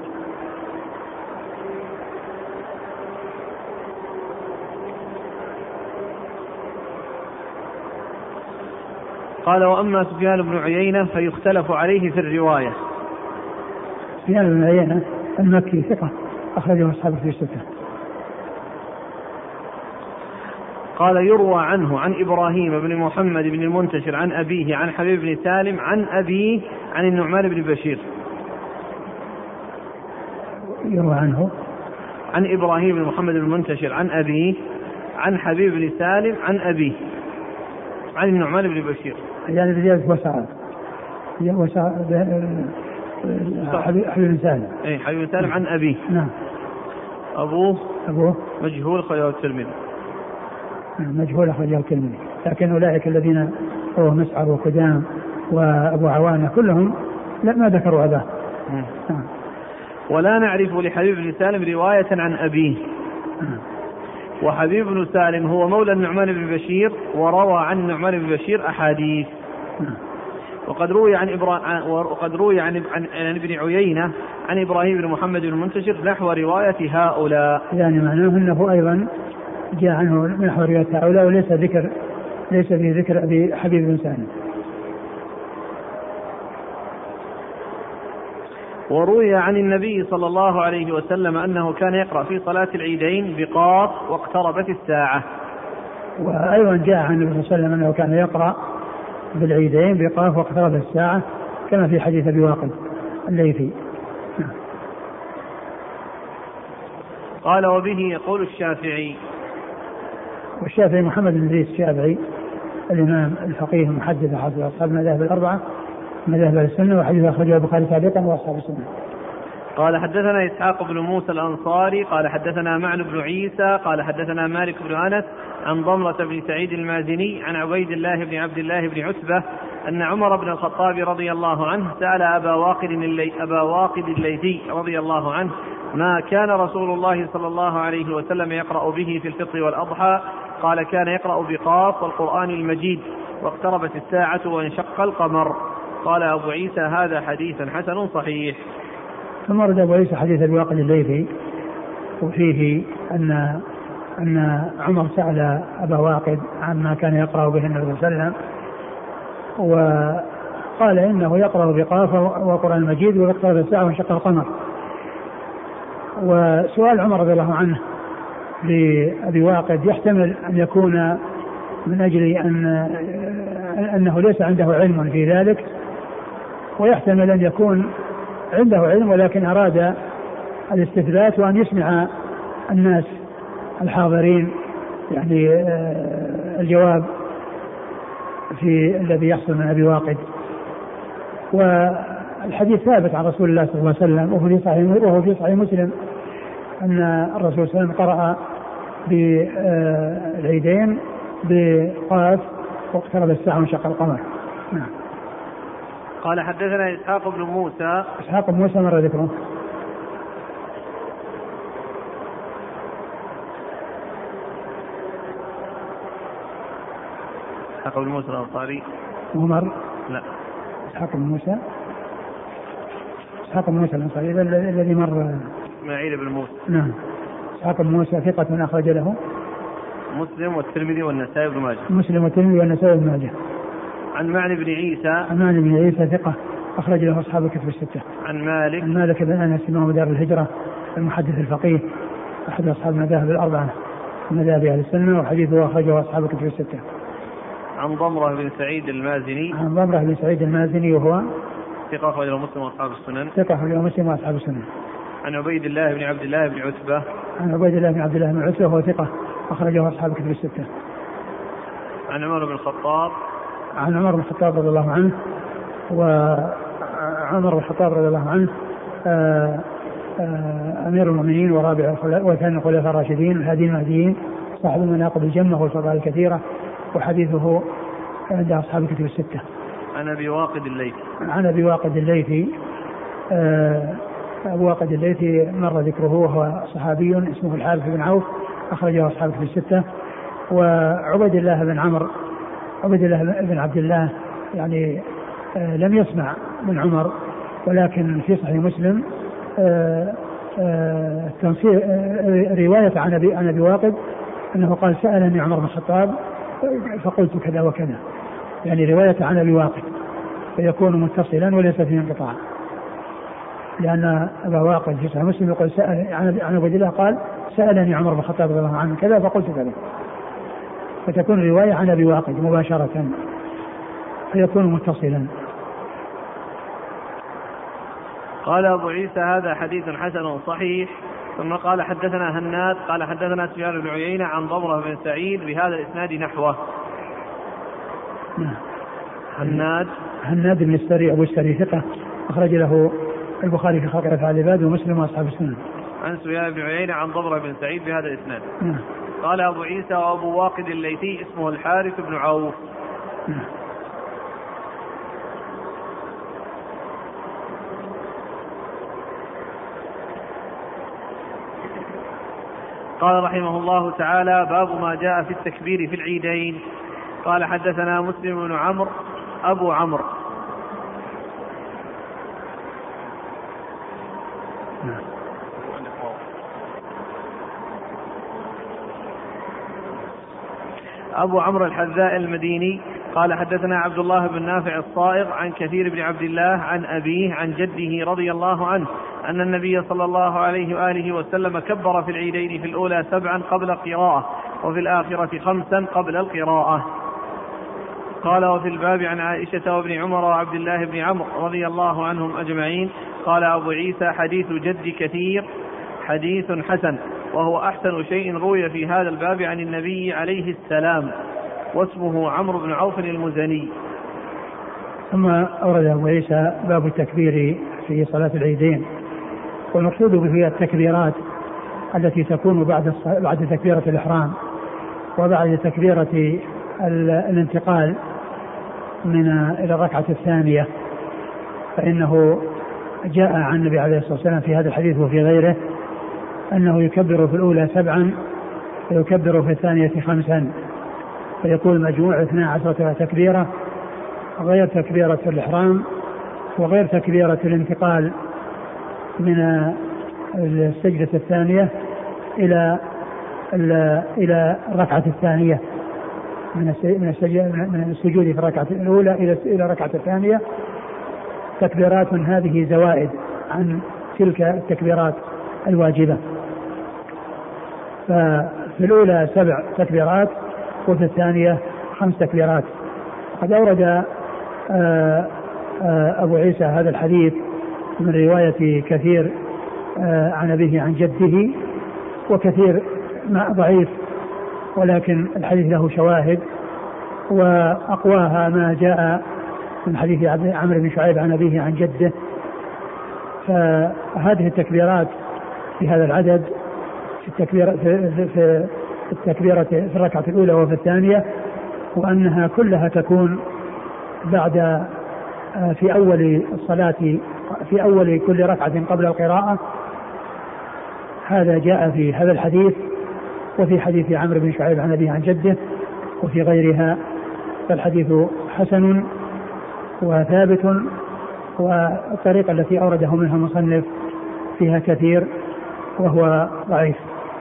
A: قال وأما سفيان بن عيينة فيختلف عليه في الرواية.
B: سفيان بن عيينة المكي ثقة أخرجه أصحاب الكتب الستة.
A: قال يروى عنه عن إبراهيم بن محمد بن المنتشر عن أبيه عن حبيب بن سالم عن أبيه عن النعمان بن بشير.
B: يروى عنه
A: عن إبراهيم بن محمد بن المنتشر عن أبيه عن حبيب بن سالم عن أبيه عن النعمان بن بشير،
B: يعني بزيادة حبيب بن سالم.
A: حبيب بن سالم عن أبيه.
B: نعم.
A: أبوه مجهول أخرجه الترمذي.
B: مجهول أخرجه الترمذي، لكن أولئك الذين هو مسعر وقدام وأبو عوانة كلهم ما ذكروا أباه.
A: ولا نعرف لحبيب بن سالم رواية عن أبيه. وحبيب بن سالم هو مولى النعمان بن بشير وروى عن النعمان بن بشير أحاديث. وقد روي عن ابن عيينة عن إبراهيم بن محمد بن المنتشر نحو رواية هؤلاء.
B: يعني معناه أنه أيضا جاء عنه نحو رواية هؤلاء ليس في ذكر أبي حبيب بن سالم.
A: وروي عن النبي صلى الله عليه وسلم أنه كان يقرأ في صلاة العيدين بقاف واقتربت الساعة.
B: وأيضا جاء عن النبي صلى الله عليه وسلم أنه كان يقرأ بالعيدين بقاف واقتربت الساعة كما في حديث أبي واقد الليثي.
A: قال وبه يقول الشافعي.
B: والشافعي محمد بن إدريس الشافعي الإمام الفقيه المحدث أحد أصحاب المذاهب الأربعة مذاهب السنة وحديث أخرجه البخاري تعليقا وأصحاب السنة.
A: قال حدثنا إسحاق بن موسى الأنصاري قال حدثنا معن بن عيسى قال حدثنا مالك بن أنس عن ضمرة بن سعيد المازني عن عبيد الله بن عبد الله بن عتبة أن عمر بن الخطاب رضي الله عنه سأل أبا واقد الليثي رضي الله عنه ما كان رسول الله صلى الله عليه وسلم يقرأ به في الفطر والأضحى؟ قال كان يقرأ بقاف والقرآن المجيد واقتربت الساعة وانشق القمر. قال أبو عيسى هذا حديث حسن صحيح.
B: ثم ورد أبو عيسى حديث أبي واقد الليثي وفيه أن عمر سأل أبا واقد عما كان يقرأ به النبي صلى الله عليه وسلم وقال إنه يقرأ بقاف والقرآن المجيد واقتربت الساعة وانشق القمر. وسؤال عمر رضي الله عنه لأبي واقد يحتمل أن يكون من أجل أنه ليس عنده علم في ذلك ويحتمل أن يكون عنده علم ولكن أراد الاستثبات وأن يسمع الناس الحاضرين يعني الجواب في الذي يحصل من أبي واقد. والحديث ثابت عن رسول الله صلى الله عليه وسلم وهو في صحيح مسلم أن الرسول صلى الله عليه وسلم قرأ بالعيدين بقاف واقترب الساعة وانشق القمر. نعم.
A: قال حدثنا إسحاق بن موسى.
B: إسحاق بن موسى مر ذكره.
A: إسحاق بن موسى الأنصاري
B: عمر.
A: لا.
B: إسحاق بن موسى الأنصاري الذي مر.
A: إسماعيل بن موسى.
B: نعم. إسحاق بن موسى ثقة من أخرج له
A: مسلم والترمذي والنسائي بن ماجه.
B: مسلم والترمذي والنسائي بن ماجه.
A: عن معن بن عيسى.
B: عن معن بن عيسى ثقة أخرج له أصحاب الكتب الستة.
A: عن مالك
B: بن أنس إمام دار الهجرة المحدث الفقيه أحد أصحاب المذاهب الأربعة مذاهب أهل السنة وحديثه أخرجه أصحاب الكتب الستة.
A: عن ضمرة بن سعيد المازني.
B: عن ضمرة بن سعيد المازني وهو
A: ثقة أخرجه مسلم وأصحاب السنن.
B: ثقة أخرجه مسلم وأصحاب السنن.
A: عن عبيد الله بن عبد الله بن عتبة.
B: عن عبيد الله بن عبد الله بن عتبة وهو ثقة أخرجه أصحاب الكتب الستة.
A: عن عمر بن الخطاب.
B: عن عمر بن الخطاب رضي الله عنه وعمر بن الخطاب رضي الله عنه أمير المؤمنين ورابع وثاني الخلفاء الراشدين الهادي المهديين صاحب المناقب الجمة والفضائل الكثيرة وحديثه عند أصحاب الكتب الستة.
A: عن أبي واقد الليثي.
B: عن أبي واقد الليثي. أبو واقد الليثي مر ذكره وهو صحابي اسمه الحارث بن عوف أخرجه أصحاب الكتب الستة. وعبيد الله بن عمرو عبيد الله بن عبد الله يعني لم يسمع من عمر ولكن في صحيح مسلم رواية عن أبي واقد أنه قال سألني عمر بن الخطاب فقلت كذا وكذا يعني رواية عن أبي واقد فيكون متصلا وليس فيه انقطاع لأن أبا واقد في صحيح مسلم يقول سأل عن عبيد الله قال سألني عمر بن الخطاب رضي الله عنه كذا فقلت كذا فتكون رواية عن أبي واقد مباشرة فيكون متصلا.
A: قال أبو عيسى هذا حديث حسن صحيح. ثم قال حدثنا هناد قال حدثنا سفيان بن عيينة عن ضمرة بن سعيد بهذا الإسناد نحوه.
B: هناد بن السري أبو السري ثقة أخرج له البخاري في خلق أفعال العباد ومسلم وأصحاب السنن.
A: عن سفيان بن عيينة عن ضمرة بن سعيد بهذا الإسناد. قال أبو عيسى وأبو واقد الليثي اسمه الحارث بن عوف. قال رحمه الله تعالى: باب ما جاء في التكبير في العيدين. قال حدثنا مسلم بن عمرو أبو عمرو أبو عمرو الحذاء المديني قال حدثنا عبد الله بن نافع الصائغ عن كثير بن عبد الله عن أبيه عن جده رضي الله عنه أن النبي صلى الله عليه وآله وسلم كبر في العيدين في الأولى 7 قبل القراءة وفي الآخرة 5 قبل القراءة. قال: وفي الباب عن عائشة وابن عمر وعبد الله بن عمرو رضي الله عنهم أجمعين. قال أبو عيسى: حديث جد كثير حديث حسن، وهو أحسن شيء روي في هذا الباب عن النبي عليه السلام، واسمه عمرو بن عوف المزني.
B: ثم أورد أبو عيسى باب التكبير في صلاة العيدين، والمقصود به التكبيرات التي تكون بعد تكبيرة الإحرام وبعد تكبيرة الانتقال إلى الركعة الثانية. فإنه جاء عن النبي عليه الصلاة والسلام في هذا الحديث وفي غيره أنه يكبر في الأولى 7 ويكبر في الثانية 5، فيكون مجموع 12 تكبيرة، غير تكبيرة الإحرام وغير تكبيرة الانتقال من السجدة الثانية إلى الركعة الثانية، من السجود في الركعة الأولى إلى الركعة الثانية. تكبيرات هذه زوائد عن تلك التكبيرات الواجبة. ففي الأولى 7 تكبيرات وفي الثانية 5 تكبيرات. قد أورد أبو عيسى هذا الحديث من رواية كثير عن أبيه عن جده، وكثير ضعيف، ولكن الحديث له شواهد، وأقواها ما جاء من حديث عمرو بن شعيب عن أبيه عن جده. فهذه التكبيرات في هذا العدد في التكبيرة في الركعة الأولى وفي الثانية، وأنها كلها تكون بعد في أول الصلاة في أول كل ركعة قبل القراءة. هذا جاء في هذا الحديث وفي حديث عمرو بن شعيب عن أبيه عن جده وفي غيرها. فالحديث حسن وثابت، والطريقة التي أورده منها المصنف فيها كثير وهو ضعيف.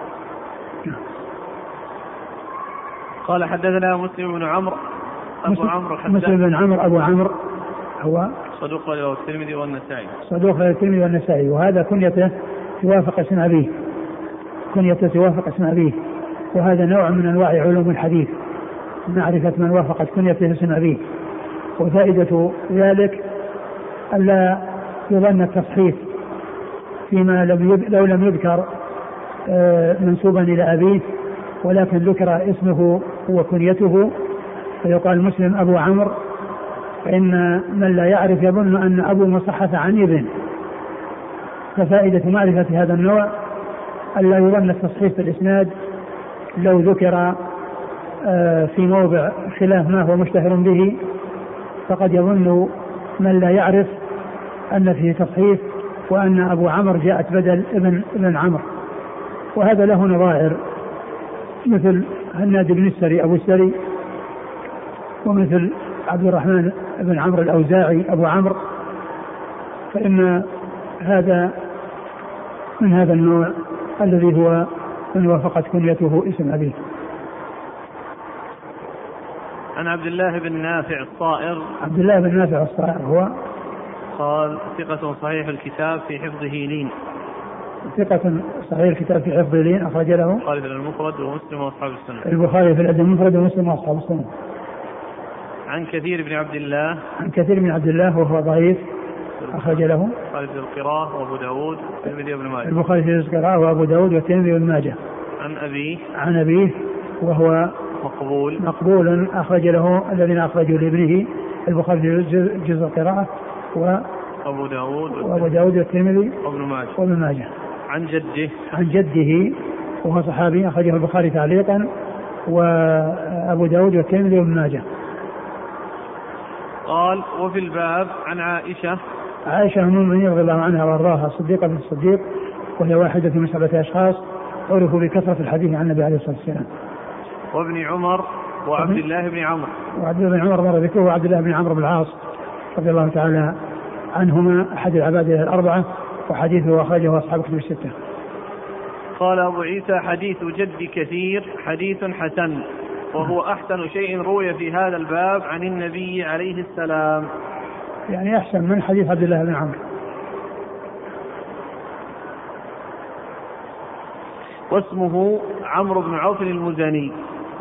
A: قال حدثنا مسلم بن عمرو أبو عمرو
B: مسلم بن عمرو أبو عمرو هو
A: صدوق له الترمذي والنسائي،
B: صدوق له الترمذي والنسائي، وهذا كنيته توافق اسم أبيه، كنيته توافق اسم أبيه، وهذا نوع من أنواع علوم الحديث، معرفة من وافقت كنيته اسم أبيه. وفائدة ذلك ألا يظن التصحيف فيما لو لم يذكر منسوبا إلى أبيه، ولكن ذكر اسمه وكنيته، فيقال مسلم أبو عمرو، فإن من لا يعرف يظن أن أبو مصحف عن ابن. ففائدة معرفة هذا النوع ألا يظن التصحيف في الإسناد لو ذكر في موضع خلاف ما هو مشتهر به، فقد يظن من لا يعرف أن فيه تصحيف وأن أبو عمرو جاءت بدل ابن عمرو. وهذا له نظائر، مثل هناد بن السري أبو السري، ومثل عبد الرحمن بن عمرو الأوزاعي أبو عمرو، فإن هذا من هذا النوع الذي هو من وافقت كنيته اسم أبيه.
A: عن عبد الله بن نافع الصائغ.
B: عبد الله بن نافع الصائغ هو
A: قال: ثقة صحيح الكتاب في حفظه لين.
B: ثقة صحيح الكتاب في حفظه لين، أخرج له
A: البخاري في المفرد ومسلم وأصحاب السنة.
B: البخاري في الأدب المفرد ومسلم وأصحاب السنة.
A: عن كثير بن عبد الله.
B: عن كثير بن عبد الله وهو ضعيف، أخرج له
A: البخاري في القراءة وأبو داود والترمذي وابن ماجه.
B: البخاري في القراءة وأبو داود والترمذي وابن ماجه.
A: عن أبيه
B: وهو
A: مقبول
B: أخرج له الذين أخرجوا لابنه، البخاري في جزء القراءة
A: وأبو
B: داود والترمذي وابن ماجه.
A: عن
B: جده وهو صحابي، أخرجه البخاري تعليقا وأبو داود والترمذي وابن ماجه.
A: قال: وفي الباب عن عائشة
B: أم المؤمنين رضي الله عنها وارضاها، الصديقة بنت الصديق، وهي واحدة من 7 أشخاص عرفوا بكثرة الحديث عن النبي عليه الصلاة والسلام.
A: وابن عمر وعبد الله بن عمرو.
B: وعبد الله بن عمر مر ذكره، وعبد الله بن عمرو بن العاص رضي الله تعالى عنهما أحد العبادة الأربعة، وحديثه أخرجه أصحاب كتب الستة.
A: قال أبو عيسى: حديث جد كثير حديث حسن، وهو أحسن شيء روي في هذا الباب عن النبي عليه السلام.
B: يعني أحسن من حديث عبد الله بن عمرو.
A: واسمه عمرو بن عوف المزني.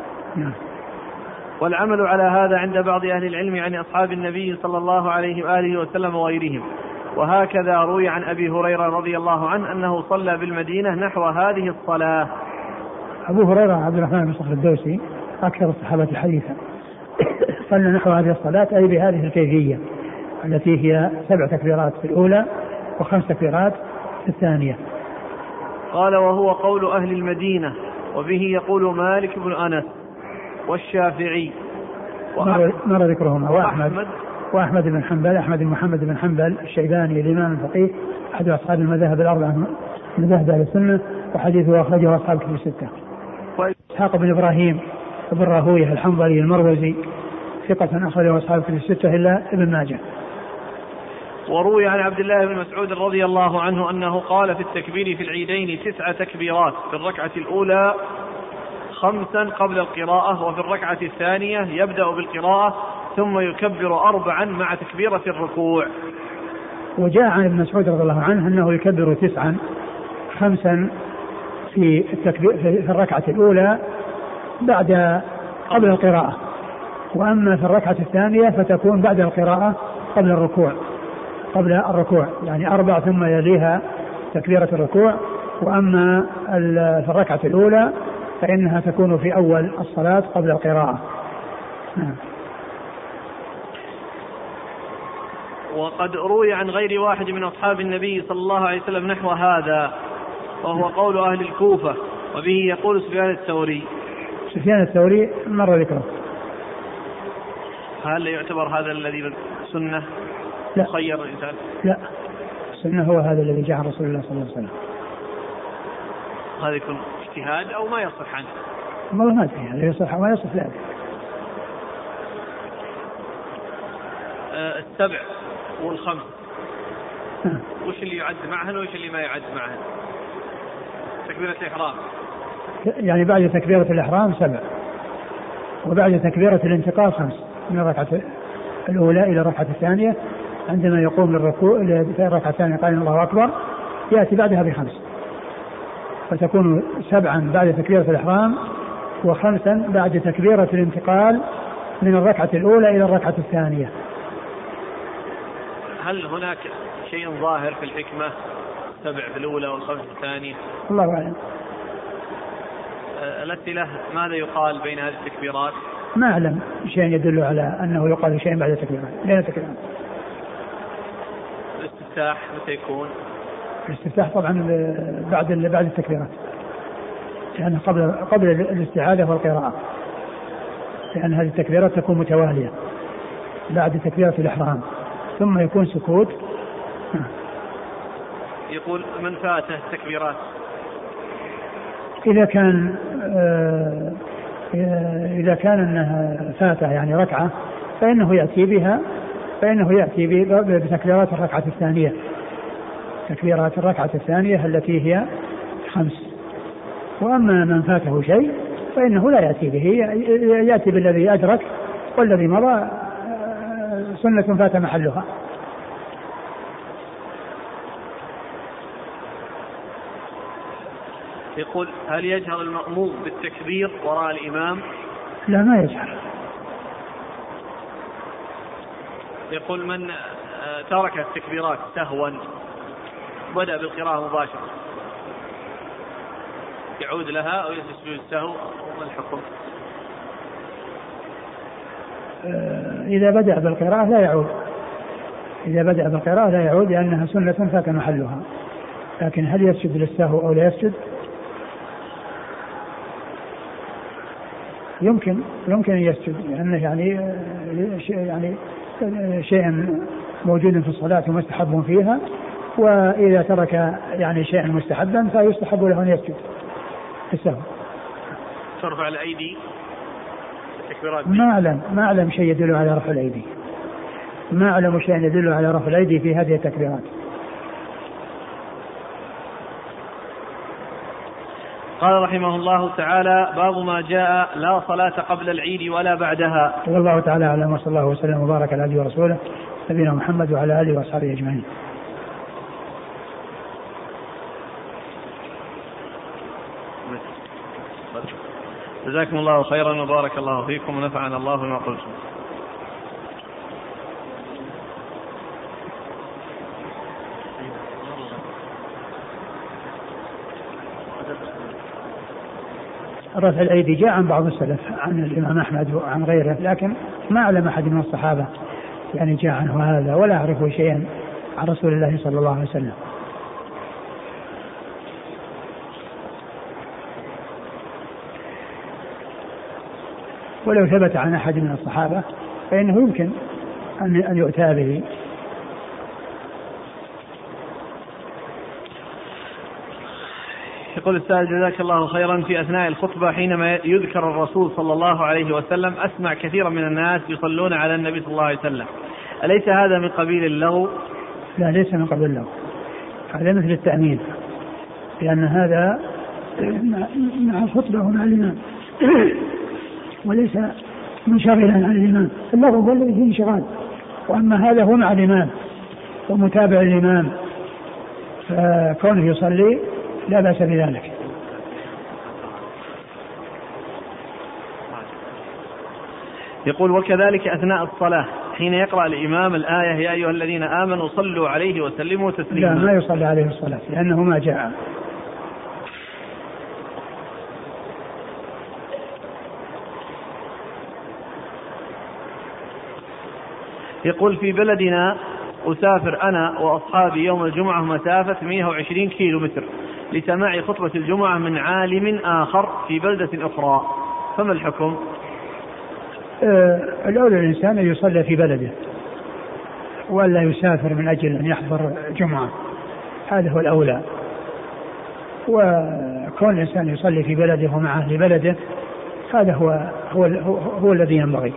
A: والعمل على هذا عند بعض أهل العلم عن أصحاب النبي صلى الله عليه وآله وسلم وغيرهم. وهكذا روي عن أبي هريرة رضي الله عنه أنه صلى بالمدينة نحو هذه الصلاة.
B: أبو هريرة عبد الرحمن بن صخر الدوسي أكثر الصحابة حديثا، صلى نحو هذه الصلاة أي بهذه الكيفية التي هي 7 تكبيرات في الأولى و5 تكبيرات في الثانية.
A: قال: وهو قول أهل المدينة، وبه يقول مالك بن أنس والشافعي
B: مر ذكرهما وأحمد بن حنبل، أحمد بن محمد بن حنبل الشيباني الإمام الفقيه أحد أصحاب المذاهب الأربعة من مذاهب أهل السنة، وحديثه أخرجه أصحاب كتب الستة. إسحاق بن إبراهيم بن راهويه الحنظلي المروزي ثقة أخرجه أصحاب كتب الستة إلا ابن ماجه.
A: وروي عن عبد الله بن مسعود رضي الله عنه أنه قال في التكبير في العيدين 9 تكبيرات، في الركعة الأولى 5 قبل القراءة، وفي الركعة الثانية يبدأ بالقراءة ثم يكبر 4 مع تكبيرة الركوع.
B: وجاء عن ابن مسعود رضي الله عنه أنه يكبر 9، 5 في الركعة الأولى قبل القراءة، وأما في الركعة الثانية فتكون بعد القراءة قبل الركوع يعني 4 ثم يليها تكبيرة الركوع. وأما في الركعة الأولى فإنها تكون في أول الصلاة قبل القراءة.
A: وقد روي عن غير واحد من أصحاب النبي صلى الله عليه وسلم نحو هذا، وهو قول أهل الكوفة، وبه يقول سفيان الثوري
B: مر ذكره.
A: هل يعتبر هذا الذي سنة مخير الإنسان؟
B: لا، السنة هو هذا الذي جاء رسول الله صلى الله عليه وسلم.
A: هذا يكون اجتهاد أو ما يصح عنه؟
B: والله ما أدري هذا يصح وما يصح. لا.
A: 7 و5 وش اللي يعد معهن وش اللي ما يعد معهن؟ تكبيرة الإحرام
B: يعني بعد تكبيرة الإحرام 7، وبعد تكبيرة الانتقال 5 من الركعة الأولى إلى الركعة الثانية. عندما يقوم للركوع في الركعة الثانية قال الله أكبر يأتي بعدها ب5، فتكون 7 بعد تكبيرة الإحرام و5 بعد تكبيرة الانتقال من الركعة الأولى إلى الركعة الثانية.
A: هل هناك شيء ظاهر في الحكمة 7 في الأولى و5 في الثانية؟
B: الله أعلم.
A: الأسئلة ماذا يقال بين هذه التكبيرات؟
B: ما أعلم شيء يدل على أنه يقال شيء بعد التكبيرات. لين التكبيرات.
A: الاستفتاح متى يكون؟
B: الاستفتاح طبعا بعد التكبيرات، يعني قبل الاستعاذة والقراءة، لأن هذه التكبيرات تكون متوالية بعد تكبيرة الإحرام، ثم يكون سكوت.
A: يقول من فاته التكبيرات
B: إذا كان أنها فاته يعني ركعة فإنه يأتي بتكبيرات الركعة الثانية، تكبيرات الركعة الثانية التي هي 5. وأما من فاته شيء فإنه لا يأتي به، يأتي بالذي أدرك، والذي مضى سنة فات محلها.
A: يقول هل يجهر المأموم بالتكبير وراء الإمام؟
B: لا، ما يجهر.
A: يقول من ترك التكبيرات سهوا بدأ بالقراءة مباشرة يعود لها أو يسجد السهو، ما الحكم؟
B: إذا بدأ بالقراءة لا يعود، لأنها سنة فات محلها. لكن هل يسجد للسهو أو لا يسجد؟ يمكن أن يسجد، لأنه يعني شيء موجود في الصلاة ومستحب فيها، وإذا ترك يعني شيئا مستحبا فيستحب له أن يسجد. السهو.
A: ترفع الأيدي التكبيرات؟
B: ما أعلم شيء يدل على رفع الأيدي، ما أعلم شيء يدل على رفع الأيدي في هذه التكبيرات.
A: قال رحمه الله تعالى: باب ما جاء لا صلاة قبل العيد ولا بعدها.
B: والله تعالى أعلم، وصلى الله وسلم وبارك على عبده ورسوله نبينا محمد وعلى آله وأصحابه أجمعين.
A: جزاكم الله خيرا وبارك الله فيكم ونفعنا الله بما قلتم.
B: رفع الأيدي جاء عن بعض السلف، عن الإمام أحمد وعن غيره، لكن ما أعلم أحد من الصحابة يعني جاء عنه هذا، ولا أعرفه شيئا عن رسول الله صلى الله عليه وسلم. ولو ثبت عن أحد من الصحابة فإنه يمكن أن يؤتى به.
A: يقول السائل: جزاك الله خيرا، في أثناء الخطبة حينما يذكر الرسول صلى الله عليه وسلم أسمع كثيرا من الناس يصلون على النبي صلى الله عليه وسلم، أليس هذا من قبيل اللغو؟
B: لا، ليس من قبيل اللغو، هذا مثل التأمين، لأن هذا مع الخطبة ومع الإمام وليس منشغلا عن الإمام. اللغو هو الذي فيه انشغال، وأما هذا هو مع الإمام ومتابع الإمام، فكونه يصلي لا بأس بذلك.
A: يقول: وكذلك أثناء الصلاة حين يقرأ الإمام الآية يا أيها الذين آمنوا صلوا عليه وسلموا تسليما.
B: لا، ما يصلي عليه الصلاة لأنه ما جاء.
A: يقول: في بلدنا أسافر أنا وأصحابي يوم الجمعة مسافة 120 كيلو متر لسماع خطبة الجمعة من عالم آخر في بلدة أخرى، فما الحكم؟
B: الأولى الإنسان أن يصلي في بلده ولا يسافر من أجل أن يحضر جمعة، هذا هو الأولى. وكون الإنسان يصلي في بلده ومع أهل بلده هذا هو الذي ينبغي.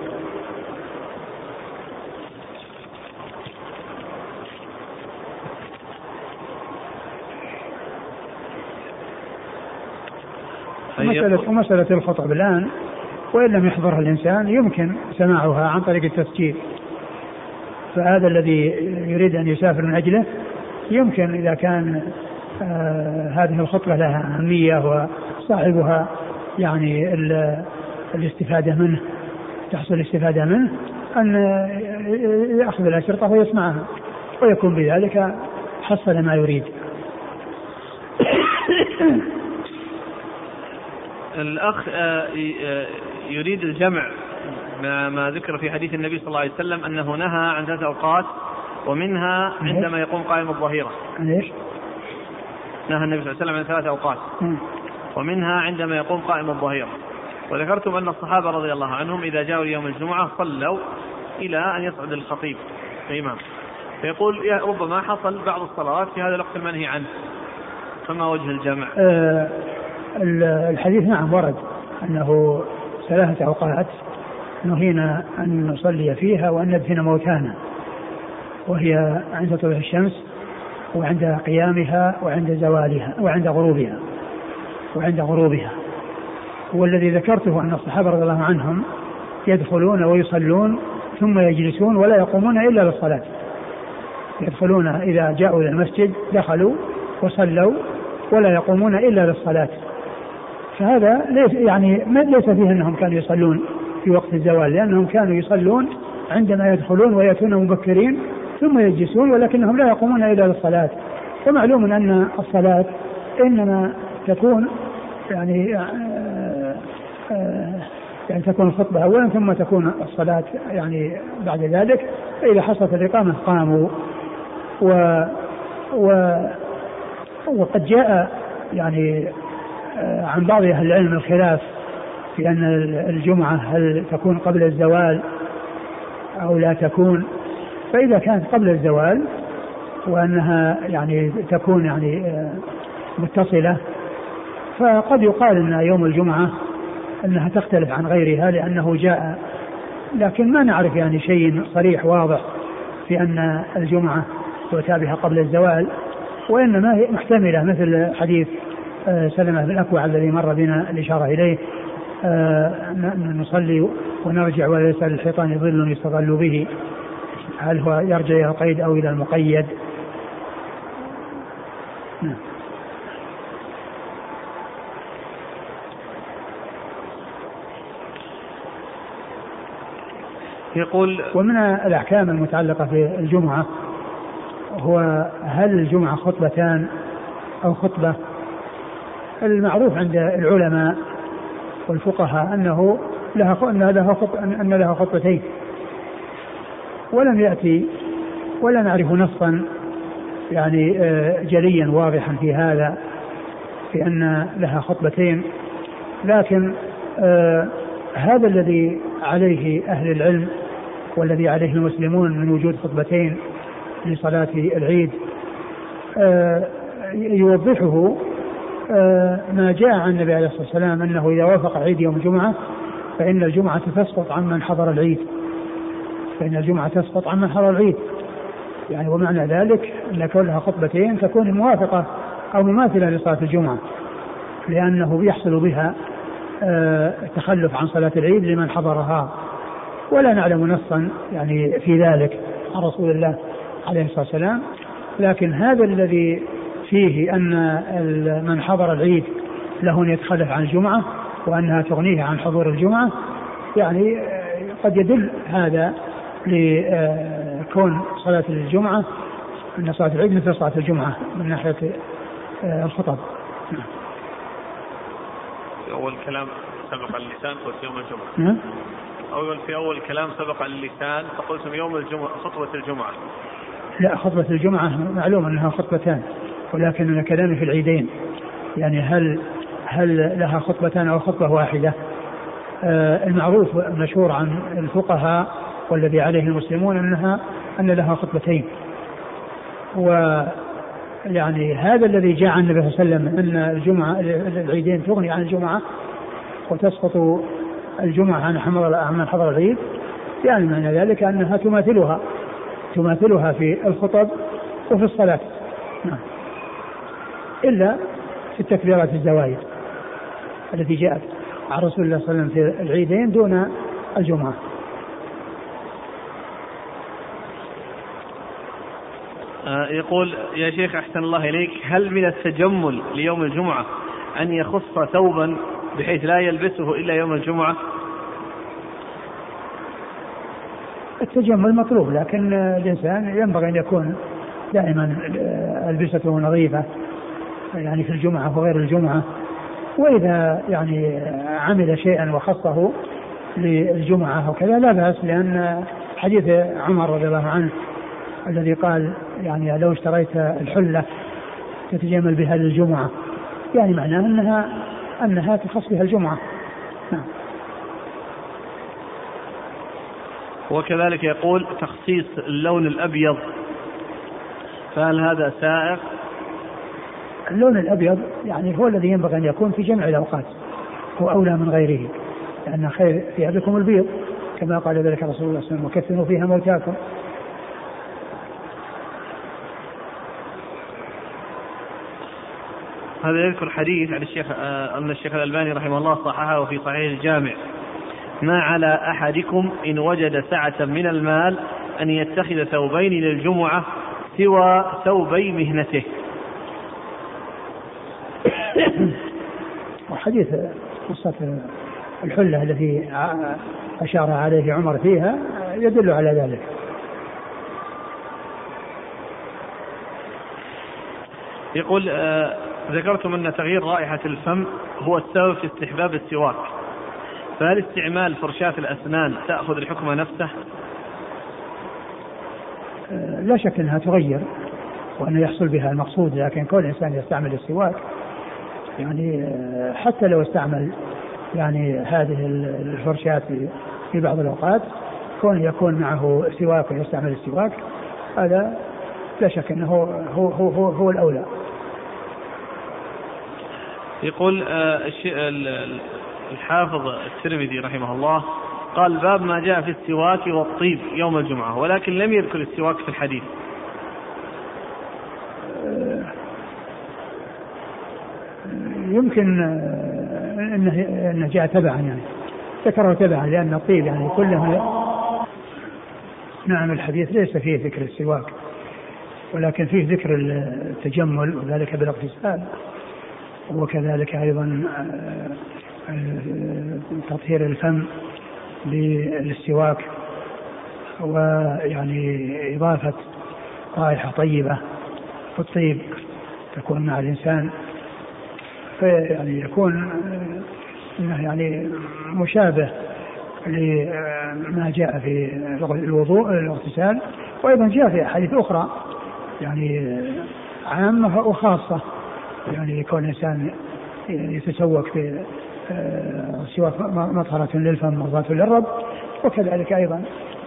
B: ومسألة الخطب الآن وإن لم يحضرها الإنسان يمكن سماعها عن طريق التسجيل، فهذا الذي يريد أن يسافر من أجله يمكن إذا كان هذه الخطبة لها أهمية وصاحبها يعني الاستفادة منه، تحصل الاستفادة منه، أن يأخذ الأشرطة ويسمعها ويكون بذلك حصل ما يريد.
A: الأخ يريد الجمع ما ذكر في حديث النبي صلى الله عليه وسلم أنه نهى عن 3 أوقات، ومنها عندما يقوم قائم الظهيرة.
B: ليش؟
A: نهى النبي صلى الله عليه وسلم عن 3 أوقات ومنها عندما يقوم قائم الظهيرة، وذكرتم أن الصحابة رضي الله عنهم إذا جاءوا يوم الجمعة صلوا إلى أن يصعد الخطيب الإمام، فيقول ربما حصل بعض الصلوات في هذا الوقت المنهي عنه، فما وجه الجمع؟
B: الحديث نعم ورد أنه 3 أوقات نهينا أن نصلي فيها وأن ندفن موتانا، وهي عند طلوع الشمس وعند قيامها وعند زوالها وعند غروبها. والذي ذكرته أن الصحابة رضي الله عنهم يدخلون ويصلون ثم يجلسون ولا يقومون إلا للصلاة، يدخلون إذا جاءوا إلى المسجد دخلوا وصلوا ولا يقومون إلا للصلاة، فهذا ليس فيه أنهم كانوا يصلون في وقت الزوال، لأنهم كانوا يصلون عندما يدخلون ويأتون مبكرين ثم يجلسون، ولكنهم لا يقومون إلا للصلاة. ومعلوم أن الصلاة إنما تكون يعني تكون الخطبة أولا ثم تكون الصلاة يعني بعد ذلك، فإذا حصلت الإقامة قاموا. وقد جاء يعني عن بعض أهل العلم الخلاف في أن الجمعة هل تكون قبل الزوال أو لا تكون، فإذا كانت قبل الزوال وأنها يعني تكون يعني متصلة فقد يقال أن يوم الجمعة أنها تختلف عن غيرها لأنه جاء، لكن ما نعرف يعني شيء صريح واضح في أن الجمعة تؤتى بها قبل الزوال، وإنما هي محتملة مثل حديث سلمة بن الأكوع الذي مر بنا الإشارة إليه، نصلي ونرجع وليس للحيطان ظل يستظل به، هل هو يرجع إلى القيد أو إلى المقيد؟
A: يقول
B: ومن الأحكام المتعلقة في الجمعة هو هل الجمعة خطبتان أو خطبة؟ المعروف عند العلماء والفقهاء أن لها خطبتين، ولم يأتي ولا نعرف نصا يعني جليا واضحا في هذا في أن لها خطبتين، لكن هذا الذي عليه أهل العلم والذي عليه المسلمون من وجود خطبتين لصلاة العيد يوضحه ما جاء عن النبي عليه الصلاة والسلام أنه إذا وافق عيد يوم الجمعة فإن الجمعة تسقط عمن حضر العيد، يعني ومعنى ذلك أن كونها خطبتين تكون موافقة أو مماثلة لصلاة الجمعة، لأنه يحصل بها التخلف عن صلاة العيد لمن حضرها، ولا نعلم نصا يعني في ذلك عن رسول الله عليه الصلاة والسلام. لكن هذا الذي فيه أن من حضر العيد له أن يتخلف عن الجمعة وأنها تغنيه عن حضور الجمعة، يعني قد يدل هذا لكون صلاة الجمعة أن صلاة العيد مثل صلاة الجمعة من ناحية الخطب.
A: في أول كلام سبق اللسان قلت يوم الجمعة. في أول كلام سبق اللسان فقلتم يوم الجمعة خطبة الجمعة.
B: لا، خطبة الجمعة معلوم أنها خطبتان، ولكن أنا كلامي في العيدين، يعني هل لها خطبتان أو خطبة واحدة؟ المعروف المشهور عن الفقهاء والذي عليه المسلمون أن لها خطبتين، ويعني هذا الذي جاء عن النبي صلى الله عليه وسلم أن الجمعة العيدين تغني عن الجمعة وتسقط الجمعة عن من حضر العيد، يعني معنى ذلك أنها تماثلها في الخطب وفي الصلاة، إلا في التكبيرات الزوائد التي جاءت عن رسول الله صلى الله عليه وسلم في العيدين دون الجمعة.
A: يقول يا شيخ أحسن الله إليك، هل من التجمل ليوم الجمعة أن يخص ثوبا بحيث لا يلبسه إلا يوم الجمعة؟
B: التجمل مطلوب، لكن الإنسان ينبغي أن يكون دائما ألبسته نظيفة، يعني في الجمعة وغير الجمعة، وإذا يعني عمل شيئا وخصه للجمعة وكذا لا بأس، لأن حديث عمر رضي الله عنه الذي قال يعني لو اشتريت الحلة تتجمل بها للجمعة، يعني معناه أنها تخص بها الجمعة.
A: وكذلك يقول تخصيص اللون الأبيض، فهل هذا سائغ؟
B: اللون الأبيض يعني هو الذي ينبغي أن يكون في جميع الأوقات، هو أولى من غيره، لأن خير ثيابكم البيض كما قال ذلك رسول الله صلى الله عليه وسلم وكفنوا فيها موتاكم.
A: هذا يذكر حديث عن أن الشيخ الألباني رحمه الله صححه وفي صحيح الجامع: ما على أحدكم إن وجد سعة من المال أن يتخذ ثوبين للجمعة سوى ثوبي مهنته.
B: وحديث قصة الحلة التي أشار عليه عمر فيها يدل على ذلك.
A: يقول ذكرتم أن تغيير رائحة الفم هو السبب في استحباب السواك، فهل استعمال فرشاة الأسنان تأخذ الحكم نفسه؟
B: لا شك أنها تغير وأنه يحصل بها المقصود، لكن كل إنسان يستعمل السواك يعني حتى لو استعمل يعني هذه الفرشاة في بعض الأوقات كون يكون معه سواك ويستعمل السواك، هذا لا شك أنه هو الأولى.
A: يقول الحافظ الترمذي رحمه الله قال باب ما جاء في السواك والطيب يوم الجمعة، ولكن لم يذكر السواك في الحديث.
B: يمكن أنه جاء تبعا، يعني ذكره تبعا، لأن الطيب يعني كله. نعم الحديث ليس فيه ذكر السواك، ولكن فيه ذكر التجمل وذلك بالاغتسال، وكذلك أيضا تطهير الفم بالسواك، ويعني إضافة رائحة طيبة، والطيب تكون مع الإنسان، فيعني يكون يعني مشابه لما جاء في الوضوء الاغتسال. وأيضا جاء في أحاديث أخرى يعني عامة وخاصة، يعني يكون الإنسان يتسوق في السواك مطهرة للفم مرضاة للرب، وكذلك أيضا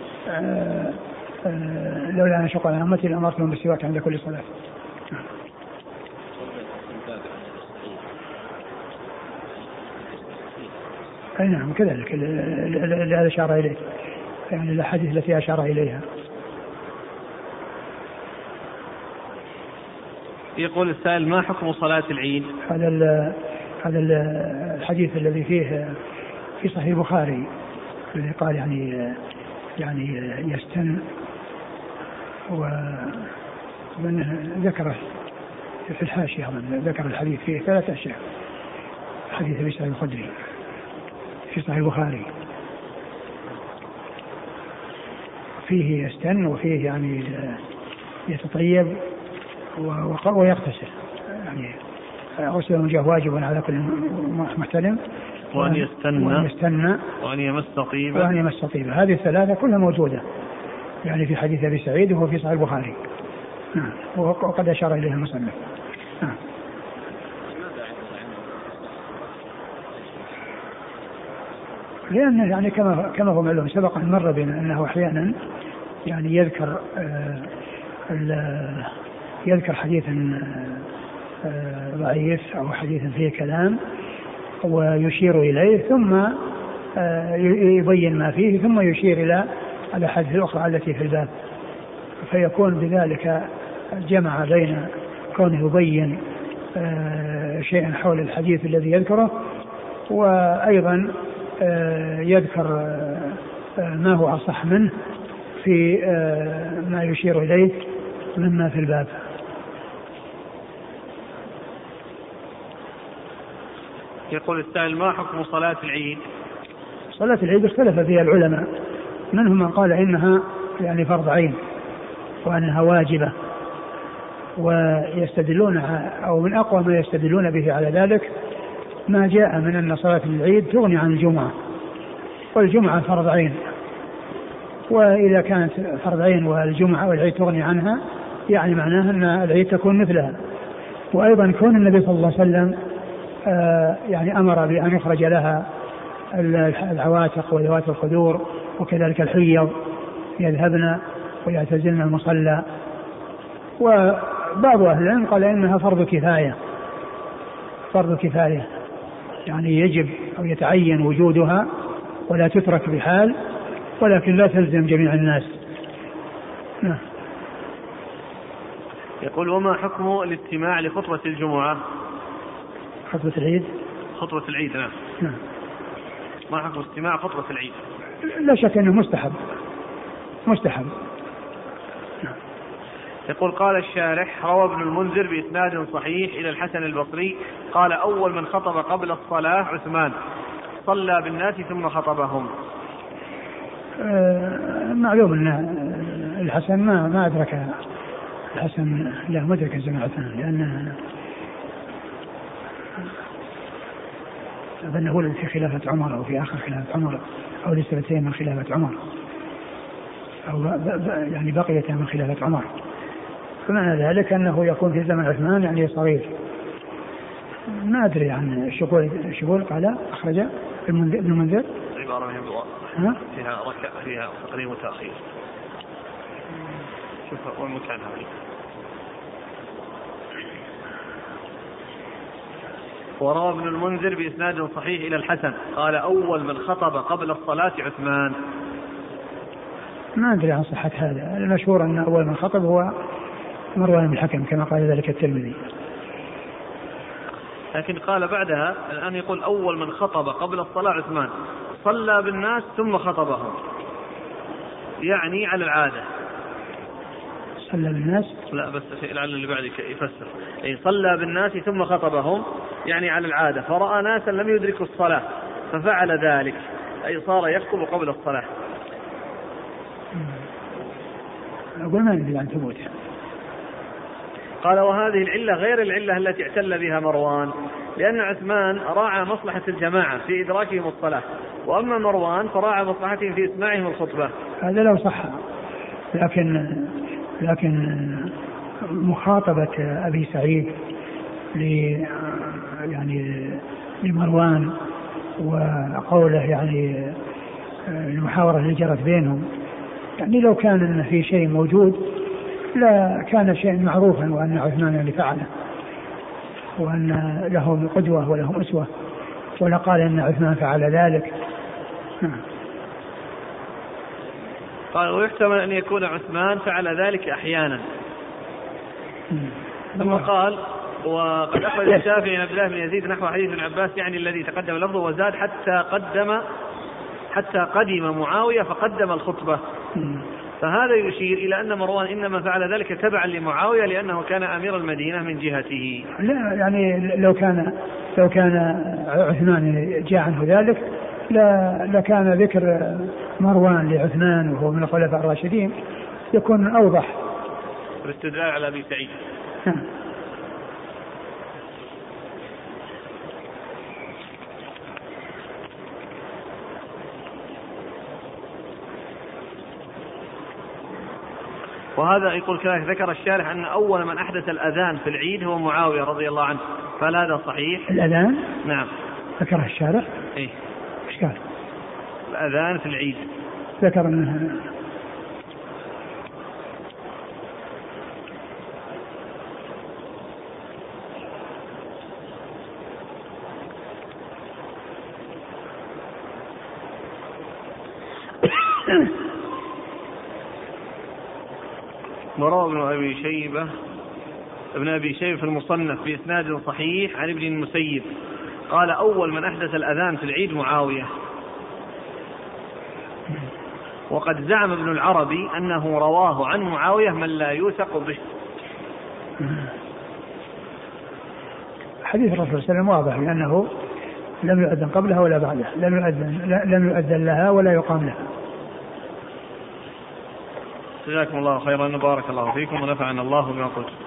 B: لولا أن شق على أمتي لأمرتهم بالسواك عند كل صلاة. أي نعم كذلك هذا أشار إليه، يعني الأحاديث التي أشار إليها.
A: يقول السائل ما حكم صلاة العيد؟
B: هذا الحديث الذي فيه في صحيح البخاري الذي قال يعني يستن، ومن ذكره في الحاشية ذكر الحديث فيه 3 أشياء. حديث أبي سعيد الخدري في صحيح البخاري فيه يستن، وفيه يعني يتطيب ويغتسل، يعني غسل الوجه واجب على كل محتلم،
A: وأن يستنى وأن يمس طيبا.
B: هذه الثلاثة كلها موجودة يعني في حديث أبي سعيد وهو في صحيح البخاري، وقد أشار إليها المصنف. لأنه يعني كما هو معلوم سبق أن مر بنا أنه أحيانا يعني يذكر حديثا ضعيف أو حديثا فيه كلام ويشير إليه، ثم يبين ما فيه، ثم يشير إلى الأحاديث الأخرى التي في الباب، فيكون بذلك جمع بين كونه يبين شيئا حول الحديث الذي يذكره، وأيضا يذكر ما هو أصح منه في ما يشير إليه مما في الباب.
A: يقول السائل ما حكم صلاة العيد؟
B: صلاة العيد اختلف فيها العلماء، منهم من قال إنها يعني فرض عين وأنها واجبة، ويستدلون أو من أقوى ما يستدلون به على ذلك ما جاء من أن صلاة العيد تغني عن الجمعة، والجمعة فرض عين، وإذا كانت فرض عين والجمعة والعيد تغني عنها يعني معناها أن العيد تكون مثلها. وأيضا كون النبي صلى الله عليه وسلم يعني أمر بأن يخرج لها العواتق وذوات الخدور وكذلك الحيض يذهبن ويعتزلن المصلى، وبعض أهل العلم قال إنها فرض كفاية يعني يجب أو يتعين وجودها ولا تترك بحال، ولكن لا تلزم جميع الناس.
A: يقول وما حكم الاستماع لخطبة الجمعة؟
B: خطبة العيد
A: نعم. ما حكم استماع خطبة العيد؟
B: لا شك أنه مستحب.
A: يقول قال الشارح روى ابن المنذر بإسناد صحيح إلى الحسن البصري قال أول من خطب قبل الصلاة عثمان صلى بالناس ثم خطبهم.
B: معلوم أن الحسن ما أدرك الحسن، لا مدرك زمن عثمان، لأن أظنه في خلافة عمر أو في آخر خلافة عمر أو لسنتين من خلافة عمر أو يعني بقية من خلافة عمر، فمعنى ذلك أنه يكون في زمن عثمان يعني صغير. ما أدري عن الشغول قال أخرج ابن المنذر
A: عبارة فيها تقديم وتأخير. شوف وين مكانها وروى ابن المنذر بإسناد صحيح إلى الحسن قال أول من خطب قبل الصلاة عثمان.
B: ما أدري عن صحة هذا، المشهور أن أول من خطب هو مروان بن الحكم كما قال ذلك الترمذي.
A: لكن قال بعدها الآن يقول أول من خطب قبل الصلاة عثمان، صلى بالناس ثم خطبهم، يعني على العادة.
B: صلى بالناس،
A: لا بس لعل اللي بعدك يفسر، أي صلى بالناس ثم خطبهم يعني على العادة، فرأى ناسا لم يدركوا الصلاة ففعل ذلك، أي صار يخطب قبل الصلاة.
B: أقول ما ندري عن ثبوتها.
A: قال وهذه العلة غير العلة التي اعتل بها مروان، لأن عثمان راعى مصلحة الجماعة في إدراكهم الصلاة، وأما مروان فراعى مصلحتهم في إسماعهم الخطبة.
B: هذا لو صح، لكن مخاطبة أبي سعيد يعني لمروان وقوله يعني المحاورة اللي جرت بينهم، يعني لو كان في شيء موجود لا كان شيء معروفا وأن عثمان يعني فعله وأن لهم قدوة ولهم أسوة، ولا قال أن عثمان فعل ذلك.
A: قال ويحتمل أن يكون عثمان فعل ذلك أحيانا. ثم قال وقد أخرج الشافعي عن عبد الله بن يزيد نحو حديث ابن عباس يعني الذي تقدم لفظه، وزاد حتى قدم معاوية فقدم الخطبة. فهذا يشير إلى أن مروان إنما فعل ذلك تبعا لمعاوية لأنه كان أمير المدينة من جهته.
B: لا يعني لو كان عثمان جاء عنه ذلك لكان ذكر مروان لعثمان وهو من الخلفاء الراشدين يكون أوضح.
A: بالاستدلال على أبي سعيد. وهذا يقول كذلك ذكر الشارح أن أول من أحدث الأذان في العيد هو معاوية رضي الله عنه، فهل هذا صحيح؟
B: الأذان؟
A: نعم
B: ذكر الشارح؟
A: إيه
B: إيش قال؟
A: الأذان في العيد
B: ذكر أنه
A: وروى ابن أبي شيبة في المصنف بإسناد صحيح عن ابن المسيب قال أول من أحدث الأذان في العيد معاوية. وقد زعم ابن العربي أنه رواه عن معاوية من لا يوثق به.
B: حديث الرسول صلى الله عليه وسلم واضح لأنه لم يؤذن قبلها ولا بعدها، لم يؤذن لها ولا يقام لها.
A: جزاكم الله خيرا وبارك الله فيكم ونفعنا الله بما قلت.